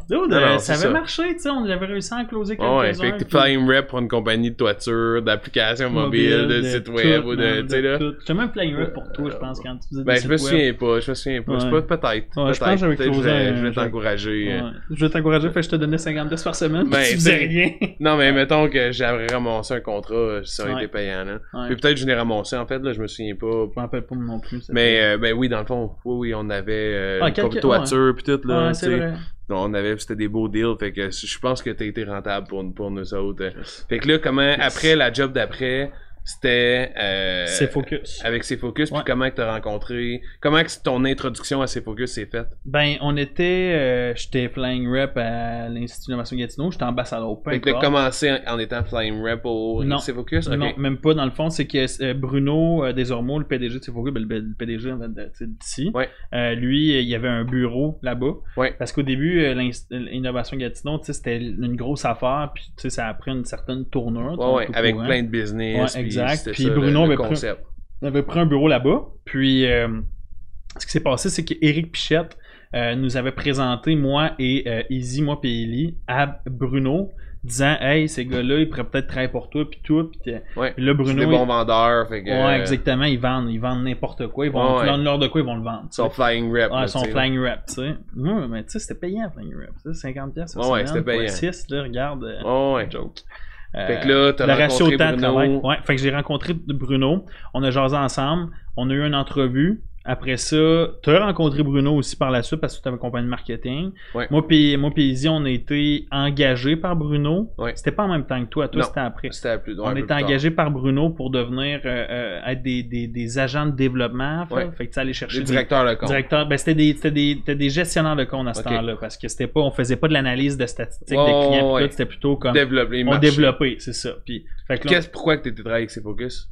Dude, Non, non, ça c'est avait ça. marché, tu sais, on avait réussi à en closer Oh, ouais, quelques-uns. fait que t'es puis- Flying Rep pour une compagnie de toiture, d'applications mobiles, de, site web tout, ou de. man, Tu sais, là. tout. J'étais même Flying Rep pour toi, je pense, quand tu faisais Ben, des je me sites web. souviens pas, je me souviens pas. Je sais Ouais. pas, peut-être. Ouais, je pense peut-être. que j'avais Peut-être closé je vais- un- Je vais j'avais- t'encourager. euh. Ouais. Je vais t'encourager, fait que je te donnais cinquante pièces par semaine, Ben, puis tu faisais t'sais, rien. Non, mais mettons que j'avais ramassé un contrat, ça aurait Ouais. été payant, là. Ouais. Puis peut-être que je l'ai ramassé, en fait, là, je me souviens pas. Je m'en rappelle pas non plus. ça Mais, fait- euh, ben oui, dans le fond, oui, oui, on avait euh, Ah, une quelques- toiture, pis tout, là. Ouais, c'est tu sais. vrai. On avait, c'était des beaux deals, fait que je pense que t'as été rentable pour, pour nous autres. Fait que là, comment, après, la job d'après, c'était... Euh, C'est Focus. Avec ses Focus, Ouais. puis comment que t'as rencontré... Comment que ton introduction à ses Focus s'est faite? Ben, on était, euh, j'étais Flying Rep à l'Institut d'innovation Gatineau, j'étais ambassadeur, peu Fait que t'as importe. commencé en, en étant Flying Rep pour Non. ses Focus? Ok. Non, même pas dans le fond, c'est que euh, Bruno euh, Desormeaux, le P D G de Focus, ben, le, le P D G en fait, de- tu sais, d'ici, Ouais. euh, lui, il y avait un bureau là-bas. Ouais. Parce qu'au début, euh, l'innovation Gatineau, tu sais, c'était une grosse affaire, puis tu sais, ça a pris une certaine tournure. Ouais, ouais, avec plein de business. Ouais, exact. Puis, Puis c'était ça, Bruno le, le avait pris- concept. On avait pris un bureau là-bas. Puis, euh, ce qui s'est passé, c'est qu'Éric Pichette euh, nous avait présenté, moi et euh, Izzy, moi et Ellie, à Bruno, disant « Hey, ces gars-là, ils pourraient peut-être travailler pour toi, puis tout. » Puis Ouais. puis là, C'est Bruno... des il- bons vendeurs, fait que... Ouais, exactement. Ils vendent, ils vendent n'importe quoi. Ils vont, Ouais, tu ouais. donnes l'heure de quoi, ils vont le vendre. Ils sont Flying Rep. Ouais, là, ils sont tu sais, flying rep, tu sais. Ouais, mais tu sais, c'était payant, flying rep. Tu sais, cinquante pièces Ouais, ouais, c'était payant. six, là, regarde. euh, là. Ouais. joke. Fait que là, t'as le ratio rencontré temps de travail. Bruno. Ouais, fait que j'ai rencontré Bruno. On a jasé ensemble. On a eu une entrevue. Après ça, tu as rencontré Bruno aussi par la suite parce que tu avais une compagnie de marketing. Ouais. Moi puis moi puis Izzy, on a été engagés par Bruno. Ouais. C'était pas en même temps que toi, toi Non. c'était après. C'était à plus, ouais, On un peu était plus tard. engagés par Bruno pour devenir euh, euh, être des, des, des agents de développement. En fait. Ouais. Fait que tu allais chercher Le des directeur de compte. directeurs. Ben c'était des, c'était des, c'était des gestionnaires de compte à ce Ok. temps-là parce que c'était pas, on faisait pas de l'analyse de statistiques Ouais, des clients. ouais, pis ouais. tout, c'était plutôt comme Développer les on marchés. développait, c'est ça. Puis fait que là, Qu'est-ce, pourquoi que t'étais travaillé avec ses Focus?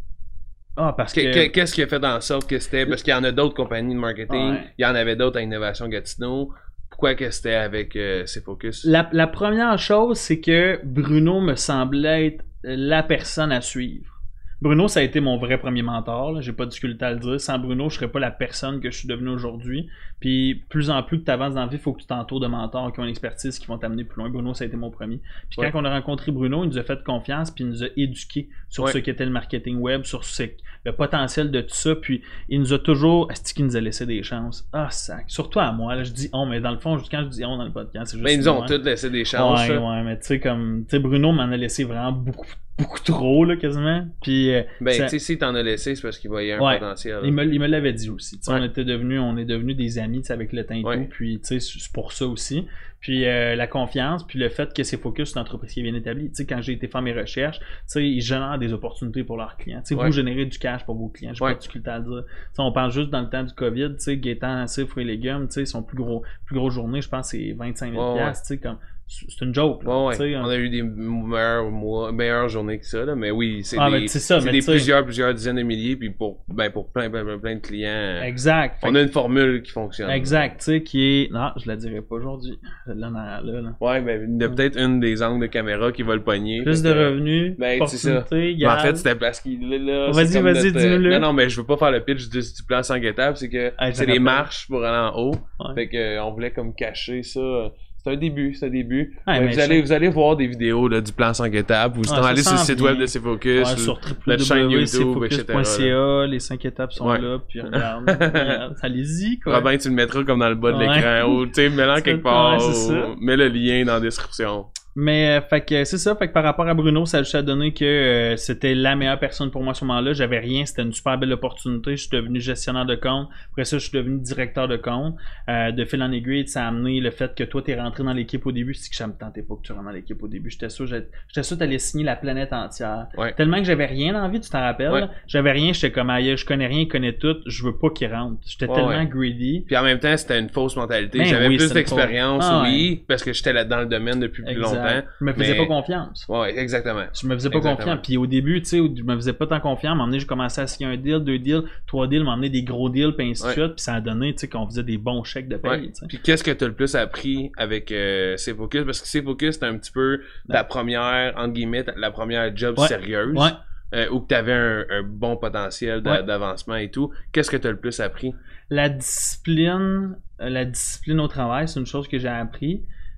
ah parce que, Que- que- Qu'est-ce qui a fait en sorte que c'était... Parce qu'il y en a d'autres compagnies de marketing. Ouais. Il y en avait d'autres à Innovation Gatineau. Pourquoi que c'était avec euh, ses Focus? La, la première chose, c'est que Bruno me semblait être la personne à suivre. Bruno, ça a été mon vrai premier mentor, là. J'ai pas de difficulté à le dire. Sans Bruno, je serais pas la personne que je suis devenu aujourd'hui. Puis, plus en plus que tu avances dans la vie, il faut que tu t'entoures de mentors qui ont une expertise qui vont t'amener plus loin. Bruno, ça a été mon premier. Puis, Ouais. quand on a rencontré Bruno, il nous a fait confiance, puis il nous a éduqués sur Ouais. ce qu'était le marketing web, sur ce, le potentiel de tout ça. Puis, il nous a toujours. Est-ce qu'il nous a laissé des chances? Ah, sac. Surtout à moi, là, je dis on, mais dans le fond, quand je dis on dans le podcast, c'est juste. Ben, ils nous ont moi. tous laissé des chances. Ouais, là. ouais, mais tu sais, comme. Tu sais, Bruno m'en a laissé vraiment beaucoup, beaucoup trop, là, quasiment. Puis. euh, Ben, ça- tu sais, si t'en as laissé, c'est parce qu'il voyait un Ouais. potentiel. il me, il me l'avait dit aussi. Tu sais, Ouais. On était devenus, on est devenus des amis, tu sais, avec le temps et Ouais. tout. Puis, tu sais, c'est pour ça aussi. Puis, euh, la confiance, puis le fait que c'est focus sur une entreprise qui est bien établie. Tu sais, quand j'ai été faire mes recherches, tu sais, ils génèrent des opportunités pour leurs clients. Tu sais, Ouais. vous générez du cash pour vos clients. J'ai Ouais. pas de difficulté à le dire. Tu sais, on parle juste dans le temps du COVID, tu sais, Gaétan, tu sais, fruits et légumes, tu sais, son plus gros, plus grosse journée, je pense, c'est vingt-cinq mille Ouais, piastres, tu sais, comme. C'est une joke. Là, Ouais, ouais. tu sais, On hein. a eu des meilleurs mois, meilleures journées que ça, là. Mais oui, c'est Ah, des, mais c'est ça, c'est mais des tu sais- plusieurs, plusieurs dizaines de milliers, puis pour, ben, pour plein, plein, plein, plein de clients. Exact. Fait On a une formule qui fonctionne. Exact, tu sais, qui est. Non, je la dirais pas aujourd'hui. Là, là, là, là. Ouais, ben, il y a peut-être une des angles de caméra qui va le pogner. Plus Fait de que- revenus, Ben, c'est ça. opportunités, Mais en gaz. fait, c'était parce qu'il est là. Vas-y, c'est comme vas-y, notre, euh, dis-nous-le. Non, non, mais je veux pas faire le pitch du, du plan cinq étapes, c'est que Ah, je c'est me des rappelle. marches pour aller en haut. Ouais. Fait que, euh, on voulait comme cacher ça. C'est un début, c'est un début. Ouais, Mais mais vous, allez, je- vous allez voir des vidéos là, du plan cinq étapes. Vous Ouais, allez ça sur le s'en site vient. web de Cfocus. Ouais, sur notre chaîne w w w point c YouTube, focus et point c cetera, a, les cinq étapes sont Ouais. là, puis regarde, regarde, allez-y, quoi. Robin, tu le mettras comme dans le bas de Ouais. l'écran. Ou, tu sais, mets-le C'est- quelque part. ouais, c'est ou ça. mets le lien dans la description. Mais, euh, fait que c'est ça, fait que par rapport à Bruno, ça a juste à donner que euh, c'était la meilleure personne pour moi à ce moment-là. J'avais rien, c'était une super belle opportunité. Je suis devenu gestionnaire de compte. Après ça, je suis devenu directeur de compte. Euh, de fil en aiguille, ça a amené le fait que toi, t'es rentré dans l'équipe au début. C'est que ça me tentait pas que tu rentres dans l'équipe au début. J'étais sûr, j'étais j'étais sûr que t'allais signer la planète entière. Ouais. Tellement que j'avais rien envie, tu t'en rappelles? Ouais. là? J'avais rien, j'étais comme aïe, je connais rien, il connaît tout, je veux pas qu'il rentre. J'étais Ouais, tellement ouais. greedy. Puis en même temps, c'était une fausse mentalité. Ben J'avais oui, plus c'était une d'expérience, fausse- Ah, oui, parce que j'étais là dans le domaine depuis plus Exact. longtemps. Je me faisais mais- pas confiance. Ouais, exactement. Je me faisais pas Exactement. confiance. Puis au début, tu sais, où je me faisais pas tant confiance. À un moment donné, j'ai commencé à signer un deal, deux deals, trois deals, m'emmener des gros deals, puis ainsi de Ouais. suite. Puis ça a donné, tu sais, qu'on faisait des bons chèques de paye. Ouais. tu sais. Puis qu'est-ce que tu as le plus appris avec euh, Cfocus? Parce que Cfocus, c'était un petit peu ta première, entre guillemets, ta- la première job Ouais. sérieuse. Ouais. euh, où tu avais un, un bon potentiel d'a- Ouais. d'avancement et tout. Qu'est-ce que tu as le plus appris? La discipline, euh, la discipline au travail, c'est une chose que j'ai appris.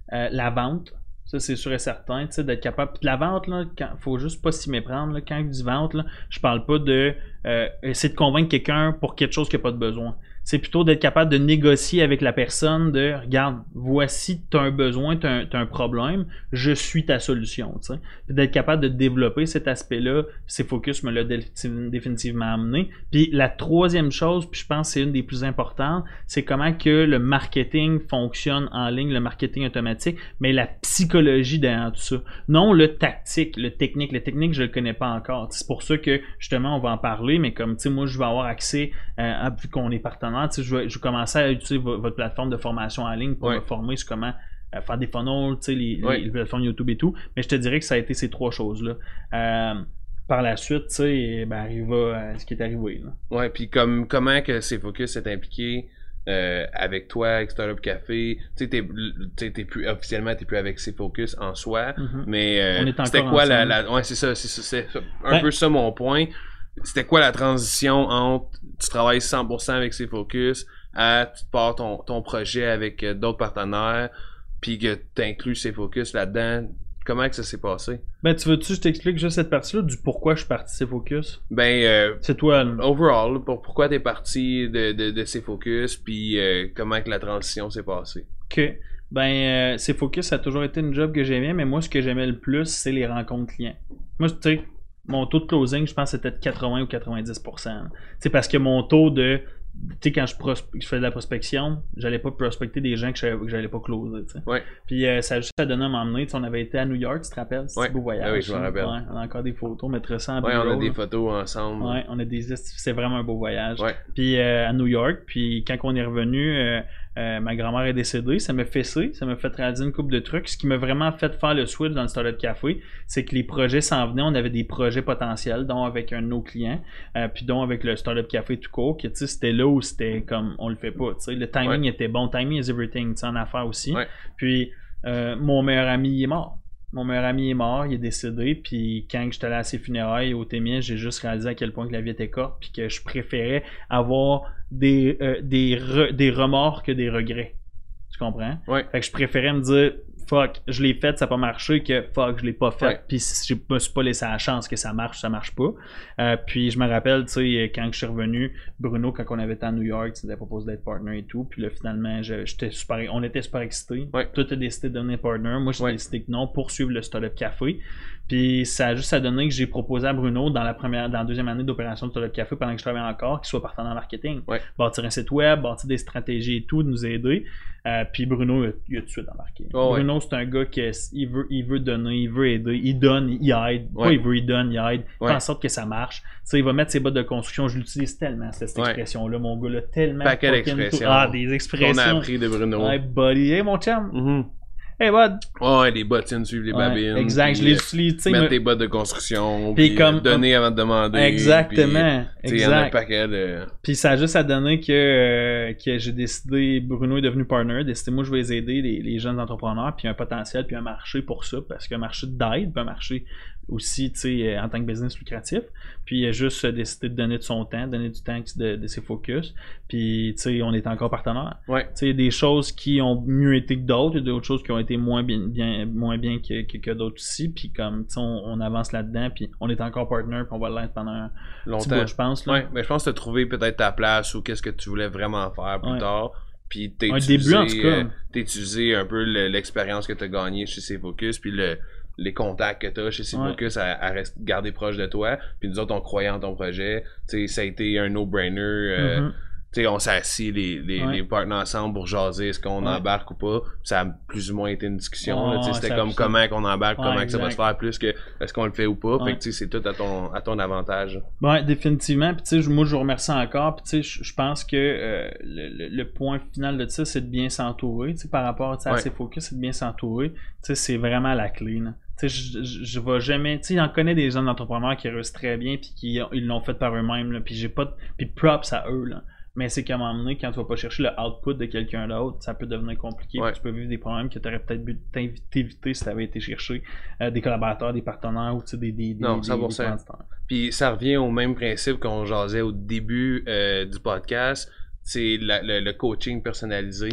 Euh, la vente, ça c'est sûr et certain, tu sais, d'être capable. Puis la vente, là, quand, faut juste pas s'y méprendre. Là, quand je dis vente, là, je parle pas de euh, essayer de convaincre quelqu'un pour quelque chose qui n'a pas de besoin. C'est plutôt d'être capable de négocier avec la personne de regarde, voici, tu as un besoin, tu as, as un problème, je suis ta solution. Tu sais. Puis d'être capable de développer cet aspect-là, C-Focus me l'a définitivement amené. Puis la troisième chose, puis je pense que c'est une des plus importantes, c'est comment que le marketing fonctionne en ligne, le marketing automatique, mais la psychologie derrière tout ça. Non le tactique, le technique. Le technique, je le connais pas encore. C'est pour ça que justement, on va en parler, mais comme tu sais, moi, je vais avoir accès, euh, à, vu qu'on est partenaire. Je vais, je vais commencer à utiliser votre plateforme de formation en ligne pour ouais. me former sur comment euh, faire des funnels, les, ouais. les, les plateformes YouTube et tout. Mais je te dirais que ça a été ces trois choses-là. Euh, par la suite, tu sais, ben, arriva euh, ce qui est arrivé. Là. Ouais, puis comme, comment que C-Focus est impliqué euh, avec toi, avec Startup Café? Tu sais, t'es, t'es, t'es plus, officiellement, t'es plus avec C-Focus en soi, mm-hmm. mais euh, c'était quoi la, la... Ouais, c'est ça, c'est, c'est, c'est un ben, peu ça mon point. C'était quoi la transition entre tu travailles cent pour cent avec C-Focus à tu pars ton, ton projet avec d'autres partenaires puis que tu inclus C-Focus là-dedans? Comment que ça s'est passé? Ben, tu veux-tu que je t'explique juste cette partie-là du pourquoi je suis parti de C-Focus? Ben, euh, c'est toi. Là. Overall, pour, pourquoi t'es parti de, de, de C-Focus puis euh, comment que la transition s'est passée? Ok. Ben, euh, C-Focus, ça a toujours été une job que j'aimais, mais moi, ce que j'aimais le plus, c'est les rencontres clients. Moi, tu sais, mon taux de closing, je pense que c'était de quatre-vingts ou quatre-vingt-dix pour cent. C'est parce que mon taux de... Tu sais, quand je, prospe... je faisais de la prospection, j'allais pas prospecter des gens que j'allais pas closer. T'sais. Ouais. Puis euh, ça a juste à donner à m'emmener. On avait été à New York, tu te rappelles? C'était ouais. un beau voyage. Oui, je me rappelle. Ouais, on a encore des photos, on mettra ça en ouais, bureau. on a des là. photos ensemble. Ouais, on a des... C'est vraiment un beau voyage. Ouais. Puis euh, à New York, puis quand on est revenu... Euh, Euh, ma grand-mère est décédée, ça m'a fessé, ça m'a fait réaliser une couple de trucs. Ce qui m'a vraiment fait faire le switch dans le Startup Café, c'est que les projets s'en venaient, on avait des projets potentiels, dont avec un de nos clients, euh, puis dont avec le Startup Café tout court, que tu sais, c'était là où c'était comme on le fait pas, tu sais, le timing ouais. était bon, timing is everything, tu sais, en affaires aussi. Ouais. Puis euh, mon meilleur ami est mort. Mon meilleur ami est mort, il est décédé, puis quand j'étais allé à ses funérailles au Témien, j'ai juste réalisé à quel point que la vie était courte, puis que je préférais avoir des, euh, des, re, des remords que des regrets. Tu comprends? Ouais. Fait que je préférais me dire, fuck, je l'ai fait, ça n'a pas marché, que fuck, je l'ai pas fait, ouais. puis je me suis pas laissé la chance que ça marche, ça marche pas. Euh, puis je me rappelle, tu sais, quand je suis revenu, Bruno, quand on avait été à New York, il nous proposé d'être partner et tout, puis là, finalement, je, j'étais super, on était super excités. Ouais. Toi, t'as décidé de devenir partner, moi, j'ai ouais. décidé que non, poursuivre le Startup Café. Puis ça a juste à donner que j'ai proposé à Bruno dans la première, dans la deuxième année d'opération de Startup Café, pendant que je travaillais encore, qu'il soit partenaire marketing. Ouais. Bâtir un site web, bâtir des stratégies et tout, de nous aider. Euh, puis Bruno, il a, il a tout de suite embarqué. Oh, Bruno, ouais. c'est un gars qui il veut, il veut donner, il veut aider, il donne, il aide. Ouais. Pas il veut, il donne, il aide. Il ouais. fait en sorte que ça marche. Tu sais, il va mettre ses bottes de construction. Je l'utilise tellement, cette, cette ouais. expression-là, mon gars, là, tellement. Paquet d'expressions. Ah, des expressions. Qu'on a appris de Bruno. Ouais, buddy. Hey, mon chum. Mm-hmm. Hey, bud! Oh, ouais, les bottines suivent les ouais, babines. Exact, je les utilise, tu sais. Mettre me... tes bottes de construction, puis puis comme, donner avant de demander. Exactement, puis, exact. Il y en a un paquet de... Puis ça a juste à donner que, euh, que j'ai décidé, Bruno est devenu partner, décidé, moi je vais les aider, les, les jeunes entrepreneurs, puis un potentiel, puis un marché pour ça, parce qu'un marché d'aide, puis un marché aussi, tu sais, en tant que business lucratif. Puis il a juste décidé de donner de son temps, donner du temps de, de ses focus. Puis, tu sais, on est encore partenaires. Ouais. Tu sais, des choses qui ont mieux été que d'autres, et d'autres choses qui ont été moins bien, bien, moins bien que, que, que d'autres aussi. Puis comme, tu sais, on, on avance là-dedans, puis on est encore partner, puis on va l'être pendant un longtemps, petit bout, je pense. Là. Ouais, mais je pense que tu as trouvé peut-être ta place ou qu'est-ce que tu voulais vraiment faire plus ouais. tard. Puis t'as utilisé, début, en tout cas. Euh, t'as utilisé un peu le, l'expérience que tu as gagnée chez C-Focus, puis le les contacts que tu as chez C-Focus ouais. à, à rester, garder proche de toi. Puis nous autres, on croyait en ton projet. T'sais, ça a été un no-brainer. Euh, mm-hmm. T'sais, on s'est assis les, les, ouais. les partenaires ensemble pour jaser est-ce qu'on ouais. embarque ou pas. Puis ça a plus ou moins été une discussion. Oh, là, c'était comme comment qu'on embarque, ouais, comment que ça va se faire plus que est-ce qu'on le fait ou pas. Ouais. Fait que c'est tout à ton, à ton avantage. Ouais, définitivement. Puis tu sais, moi je vous remercie encore. Puis tu sais, je pense que euh, le, le point final de ça, c'est de bien s'entourer. Par rapport à ouais. C-Focus, c'est de bien s'entourer. Tu sais, c'est vraiment la clé. Là. Tu sais, je, je, je vais jamais, tu sais, j'en connais des jeunes entrepreneurs qui réussissent très bien puis qui ils l'ont fait par eux-mêmes là, puis j'ai pas de, puis props à eux là. Mais c'est qu'à un moment donné, quand tu vas pas chercher le output de quelqu'un d'autre, ça peut devenir compliqué. Ouais. Tu peux vivre des problèmes que tu aurais peut-être pu t'éviter si tu avais été chercher euh, des collaborateurs, des partenaires ou tu sais, des, des, non, des, cent pour cent. Des puis ça revient au même principe qu'on jasait au début euh, du podcast, c'est la, le, le coaching personnalisé. Ouais.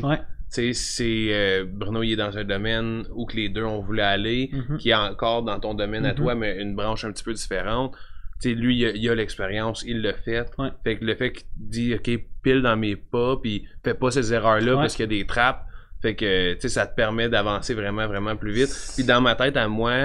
sais, c'est euh, Bruno, il est dans un domaine où que les deux ont voulu aller, Mm-hmm. qui est encore dans ton domaine à Mm-hmm. toi, mais une branche un petit peu différente. Tu sais, lui, il a, il a l'expérience, il l'a fait. Ouais. Fait que le fait qu'il dit, OK, pile dans mes pas, puis fais pas ces erreurs-là Ouais. parce qu'il y a des trappes. Fait que, tu sais, ça te permet d'avancer vraiment, vraiment plus vite. Puis dans ma tête, à moi,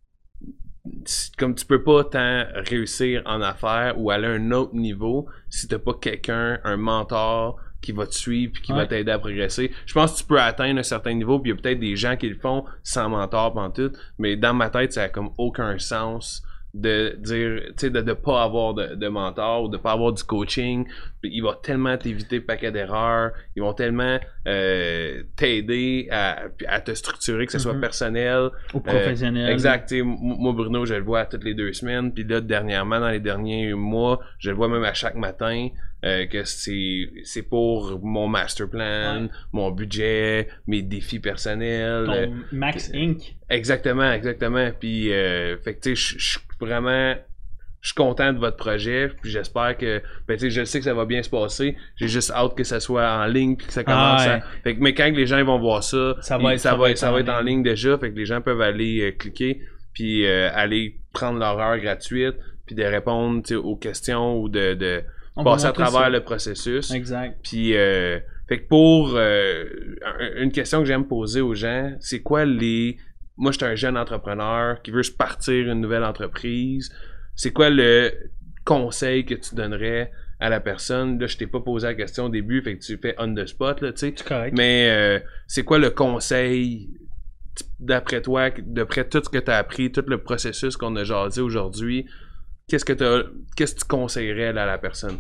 comme tu peux pas tant réussir en affaires ou aller à un autre niveau si t'as pas quelqu'un, un mentor qui va te suivre puis qui Ouais. va t'aider à progresser. Je pense que tu peux atteindre un certain niveau, puis il y a peut-être des gens qui le font sans mentor pantoute, mais dans ma tête, ça a comme aucun sens de dire, tu sais, de ne pas avoir de, de mentor ou de pas avoir du coaching. Il va tellement t'éviter le paquet d'erreurs, ils vont tellement euh, t'aider à, à te structurer, que ce soit Mm-hmm. personnel Ou professionnel. euh, exact, tu sais, moi Bruno, je le vois toutes les deux semaines, puis là dernièrement, dans les derniers mois, je le vois même à chaque matin, euh, que c'est c'est pour mon master plan, Ouais. mon budget, mes défis personnels. Ton euh, Max Inc. Exactement, exactement. Puis, euh, fait que tu sais, je je suis vraiment, je suis content de votre projet. Puis j'espère que, ben tu sais, je sais que ça va bien se passer. J'ai juste hâte que ça soit en ligne puis que ça commence Ah ouais. à. Fait que, mais quand les gens ils vont voir ça, Ça va ils- être- ça va être, ça va être en ligne déjà. Fait que les gens peuvent aller euh, cliquer puis euh, aller prendre leur heure gratuite puis de répondre tu sais, aux questions ou de, de On va passer à montrer travers ça. le processus. Exact. Puis, euh, fait que pour euh, un- une question que j'aime poser aux gens, c'est quoi les. Moi, je suis un jeune entrepreneur qui veut se partir une nouvelle entreprise. C'est quoi le conseil que tu donnerais à la personne? Là, je t'ai pas posé la question au début, fait que tu fais on the spot, là, tu sais. C'est correct. Mais euh, c'est quoi le conseil, t- d'après toi, d'après tout ce que tu as appris, tout le processus qu'on a jasé aujourd'hui? Qu'est-ce que t'as, qu'est-ce que tu conseillerais là, à la personne?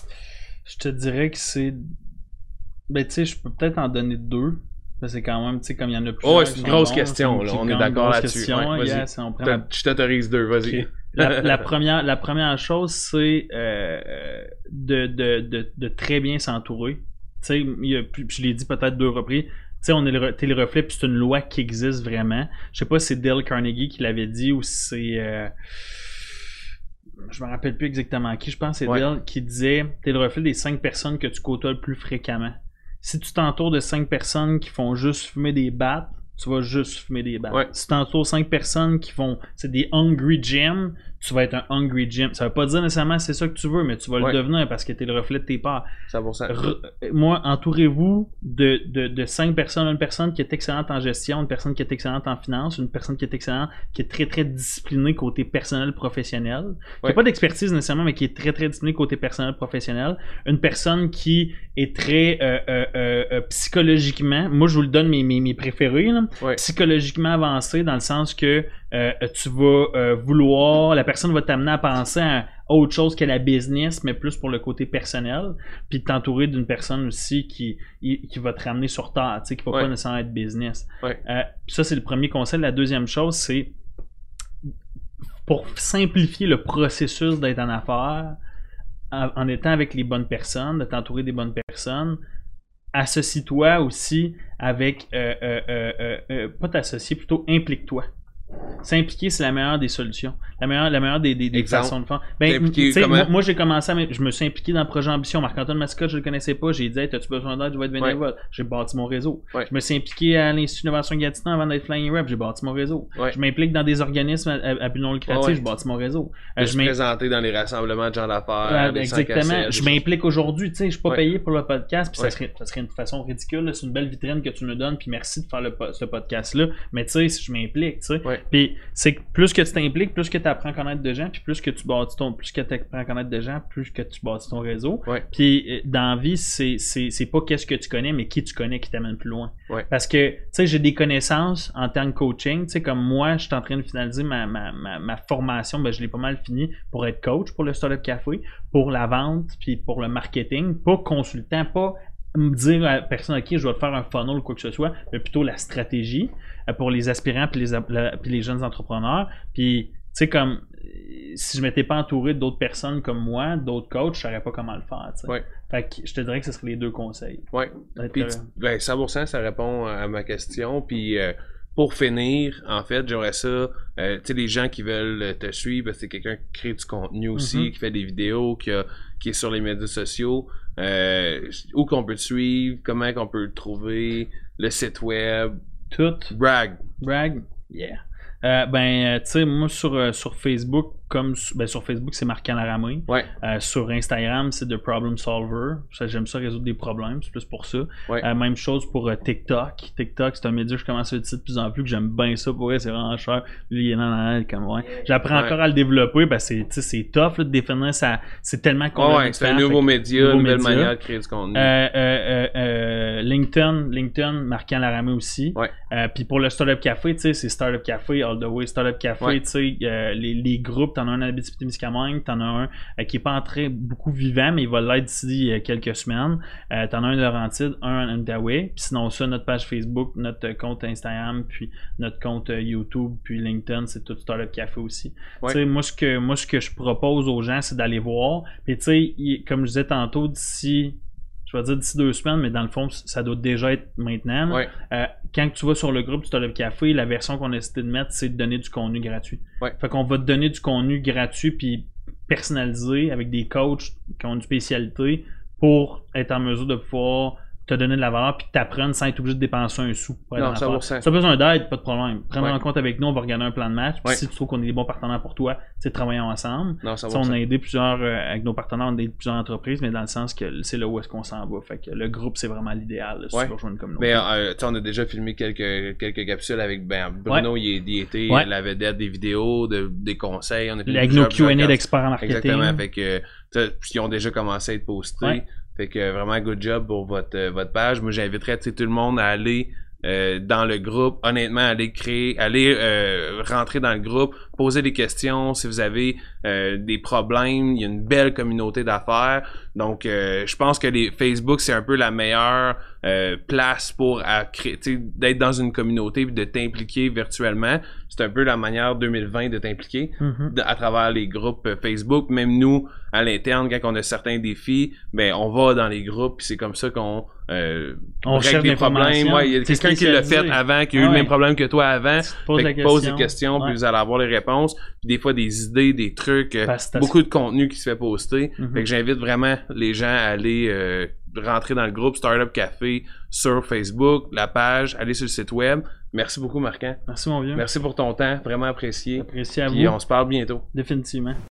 Je te dirais que c'est. Ben, tu sais, je peux peut-être en donner deux. Parce que c'est quand même, tu sais, comme il y en a plusieurs. Oh, ouais, c'est une qui grosse sont question, bons, là, c'est on une est grande d'accord grosse là-dessus. question, Ouais, vas-y. yes, on prend la Je t'autorise deux, vas-y. Ok. La, la première, la première chose, c'est euh, de, de, de, de très bien s'entourer. Tu sais, il y a plus- je l'ai dit peut-être deux reprises. Tu sais, on est le, t'es le reflet, puis c'est une loi qui existe vraiment. Je sais pas si c'est Dale Carnegie qui l'avait dit ou si c'est. Euh, je me rappelle plus exactement qui. Je pense que c'est Ouais. Dale qui disait t'es le reflet des cinq personnes que tu côtoies le plus fréquemment. Si tu t'entoures de cinq personnes qui font juste fumer des battes, tu vas juste fumer des battes. Ouais. Si tu t'entoures de cinq personnes qui font c'est des hungry gym, tu vas être un hungry gym. Ça veut pas dire nécessairement c'est ça que tu veux, mais tu vas Ouais. le devenir parce que tu es le reflet de tes peurs. cent pour cent. Re- moi, entourez-vous de, de, de cinq personnes. Une personne qui est excellente en gestion, une personne qui est excellente en finance, une personne qui est excellente, qui est très très disciplinée côté personnel professionnel. Qui Ouais. n'a pas d'expertise nécessairement, mais qui est très très disciplinée côté personnel professionnel. Une personne qui est très euh, euh, euh, euh, psychologiquement, moi je vous le donne mes, mes, mes préférés, là. Ouais. Psychologiquement avancé dans le sens que euh, tu vas euh, vouloir, la personne va t'amener à penser à autre chose que la business, mais plus pour le côté personnel, puis t'entourer d'une personne aussi qui, qui va te ramener sur terre, tu sais, qui va Ouais. pas nécessairement être business. Ouais. Euh, ça, c'est le premier conseil. La deuxième chose, c'est pour simplifier le processus d'être en affaires, en, en étant avec les bonnes personnes, de t'entourer des bonnes personnes, associe-toi aussi avec, euh, euh, euh, euh, euh, pas t'associer, plutôt implique-toi. S'impliquer, c'est la meilleure des solutions. La meilleure, la meilleure des, des, des Exemple. façons de faire. Ben, T'impliquer tu sais, comment? moi, moi, j'ai commencé à m- je me suis impliqué dans le projet Ambition. Marc-Antoine Mascotte, je le connaissais pas. J'ai dit, hey, t'as-tu besoin d'aide? Je vais être bénévole. J'ai bâti mon réseau. Ouais. Je me suis impliqué à l'Institut d'Innovation Gatineau avant d'être Flying Rep. J'ai bâti mon réseau. Ouais. Je m'implique dans des organismes à, à, à but non lucratif. Ouais, ouais. J'ai bâti mon réseau. De Euh, se je m'im- présenter dans les rassemblements de gens d'affaires. Ouais, des cinq à exactement. sept, Je des m'implique aujourd'hui. Tu sais, je suis pas Ouais. payé pour le podcast. Puis Ouais. ça, serait, ça serait une façon ridicule. là. C'est une belle vitrine que tu nous donnes. Puis merci de faire le, po- ce podcast-là. Mais tu sais, si je m'implique, tu sais. Ouais. Puis c'est que plus que tu t'impliques, plus que tu apprends à connaître de gens. Puis plus que tu bâtis ton, plus que tu apprends à connaître de gens, plus que tu bâtis ton réseau. Ouais. Puis euh, dans la vie, c'est, c'est, c'est pas qu'est-ce que tu connais, mais qui tu connais qui t'amène plus loin. Ouais. Parce que, tu sais, j'ai des connaissances en tant que coaching. Tu sais, comme moi, je suis en train de finaliser ma, ma, ma, ma formation. Ben, je l'ai pas mal fini pour être coach pour le Startup Café, pour la vente, puis pour le marketing, pas consultant, pas me dire à la personne à qui je vais te faire un funnel ou quoi que ce soit, mais plutôt la stratégie euh, pour les aspirants puis les, ap- la- puis les jeunes entrepreneurs. Puis, tu sais, comme euh, si je m'étais pas entouré d'autres personnes comme moi, d'autres coachs, je saurais pas comment le faire. tu sais. Ouais. Fait que je te dirais que ce serait les deux conseils. Ouais. D'être, Puis, euh, tu- ben, cent pour cent, ça répond à ma question. Puis, euh, pour finir, en fait, j'aurais ça, euh, tu sais, les gens qui veulent te suivre, c'est quelqu'un qui crée du contenu aussi, mm-hmm. qui fait des vidéos, qui, a, qui est sur les médias sociaux, euh, où qu'on peut te suivre, comment qu'on peut le trouver, le site web. Tout. Brag. Brag, yeah. Euh, ben, tu sais, moi, sur, euh, sur Facebook, comme ben, sur Facebook, c'est Marquant Laramé. Ouais. Euh, sur Instagram, c'est The Problem Solver. Ça, j'aime ça résoudre des problèmes, c'est plus pour ça. Ouais. Euh, même chose pour euh, TikTok. TikTok, c'est un média que je commence à utiliser de plus en plus, que j'aime bien ça. Pour vrai, c'est vraiment cher. Lui, il est dans la comme ouais. J'apprends ouais. encore à le développer, parce que c'est, c'est tough là, de définir ça. C'est tellement compliqué. Ouais, c'est un nouveau média, une nouvelle média. manière de créer du contenu. Euh, euh, euh, LinkedIn, LinkedIn, Marquant Laramé aussi. Ouais. Euh, Puis pour le Startup Café, tu sais, c'est Startup Café, All the Way, Startup Café, ouais. tu sais, euh, les, les groupes, t'en as un à Abitibi-Témiscamingue, t'en as un euh, qui est pas en très beaucoup vivant, mais il va l'être d'ici euh, quelques semaines. Euh, t'en as un de Laurentide, un en Outaouais. Puis sinon ça, notre page Facebook, notre compte Instagram, puis notre compte euh, YouTube, puis LinkedIn, c'est tout Startup Café aussi. Ouais. Tu sais, moi ce que moi ce que je propose aux gens, c'est d'aller voir. Puis tu sais, comme je disais tantôt, d'ici je vais dire d'ici deux semaines, mais dans le fond, ça doit déjà être maintenant. Ouais. Euh, quand tu vas sur le groupe du Startup Café, la version qu'on a décidé de mettre, c'est de donner du contenu gratuit. Ouais. Fait qu'on va te donner du contenu gratuit puis personnalisé avec des coachs qui ont une spécialité pour être en mesure de pouvoir te donner de la valeur puis t'apprendre sans être obligé de dépenser un sou. Non, ça vaut ça. Si tu as besoin d'aide, pas de problème. Prends-le ouais. en compte avec nous, on va regarder un plan de match. Puis ouais. si tu trouves qu'on est des bons partenaires pour toi, c'est travailler ensemble. Non, ça vaut on a aidé plusieurs, euh, avec nos partenaires, on a aidé plusieurs entreprises, mais dans le sens que c'est là où est-ce qu'on s'en va. Fait que le groupe, c'est vraiment l'idéal. Là, si ouais. tu veux rejoindre une communauté. Mais euh, on a déjà filmé quelques, quelques capsules avec ben, Bruno, ouais. il, il était ouais. la vedette des vidéos, de, des conseils. On a avec nos Q and A d'experts en marketing. Exactement. Fait que, ils ont déjà commencé à être postés. Ouais. Fait que vraiment good job pour votre, euh, votre page. Moi j'inviterais tout le monde à aller euh, dans le groupe. Honnêtement, aller créer, aller euh, rentrer dans le groupe, poser des questions si vous avez euh, des problèmes. Il y a une belle communauté d'affaires. Donc euh, je pense que les Facebook, c'est un peu la meilleure euh, place pour à créer, d'être dans une communauté et de t'impliquer virtuellement. C'est un peu la manière deux mille vingt de t'impliquer mm-hmm. de, à travers les groupes Facebook. Même nous, à l'interne, quand on a certains défis, ben on va dans les groupes, puis c'est comme ça qu'on euh, on règle des problèmes. Ouais, il y a quelqu'un qui l'a fait avant, qui a ah eu ouais. le même problème que toi avant. Pose, fait que pose des questions, ouais. puis vous allez avoir les réponses. Puis des fois, des idées, des trucs, euh, beaucoup de contenu qui se fait poster. Mm-hmm. Fait que j'invite vraiment les gens à aller euh, rentrer dans le groupe Startup Café sur Facebook, la page, aller sur le site web. Merci beaucoup, Marquant. Merci, mon vieux. Merci pour ton temps, vraiment apprécié. Apprécié à Puis vous. on se parle bientôt. Définitivement.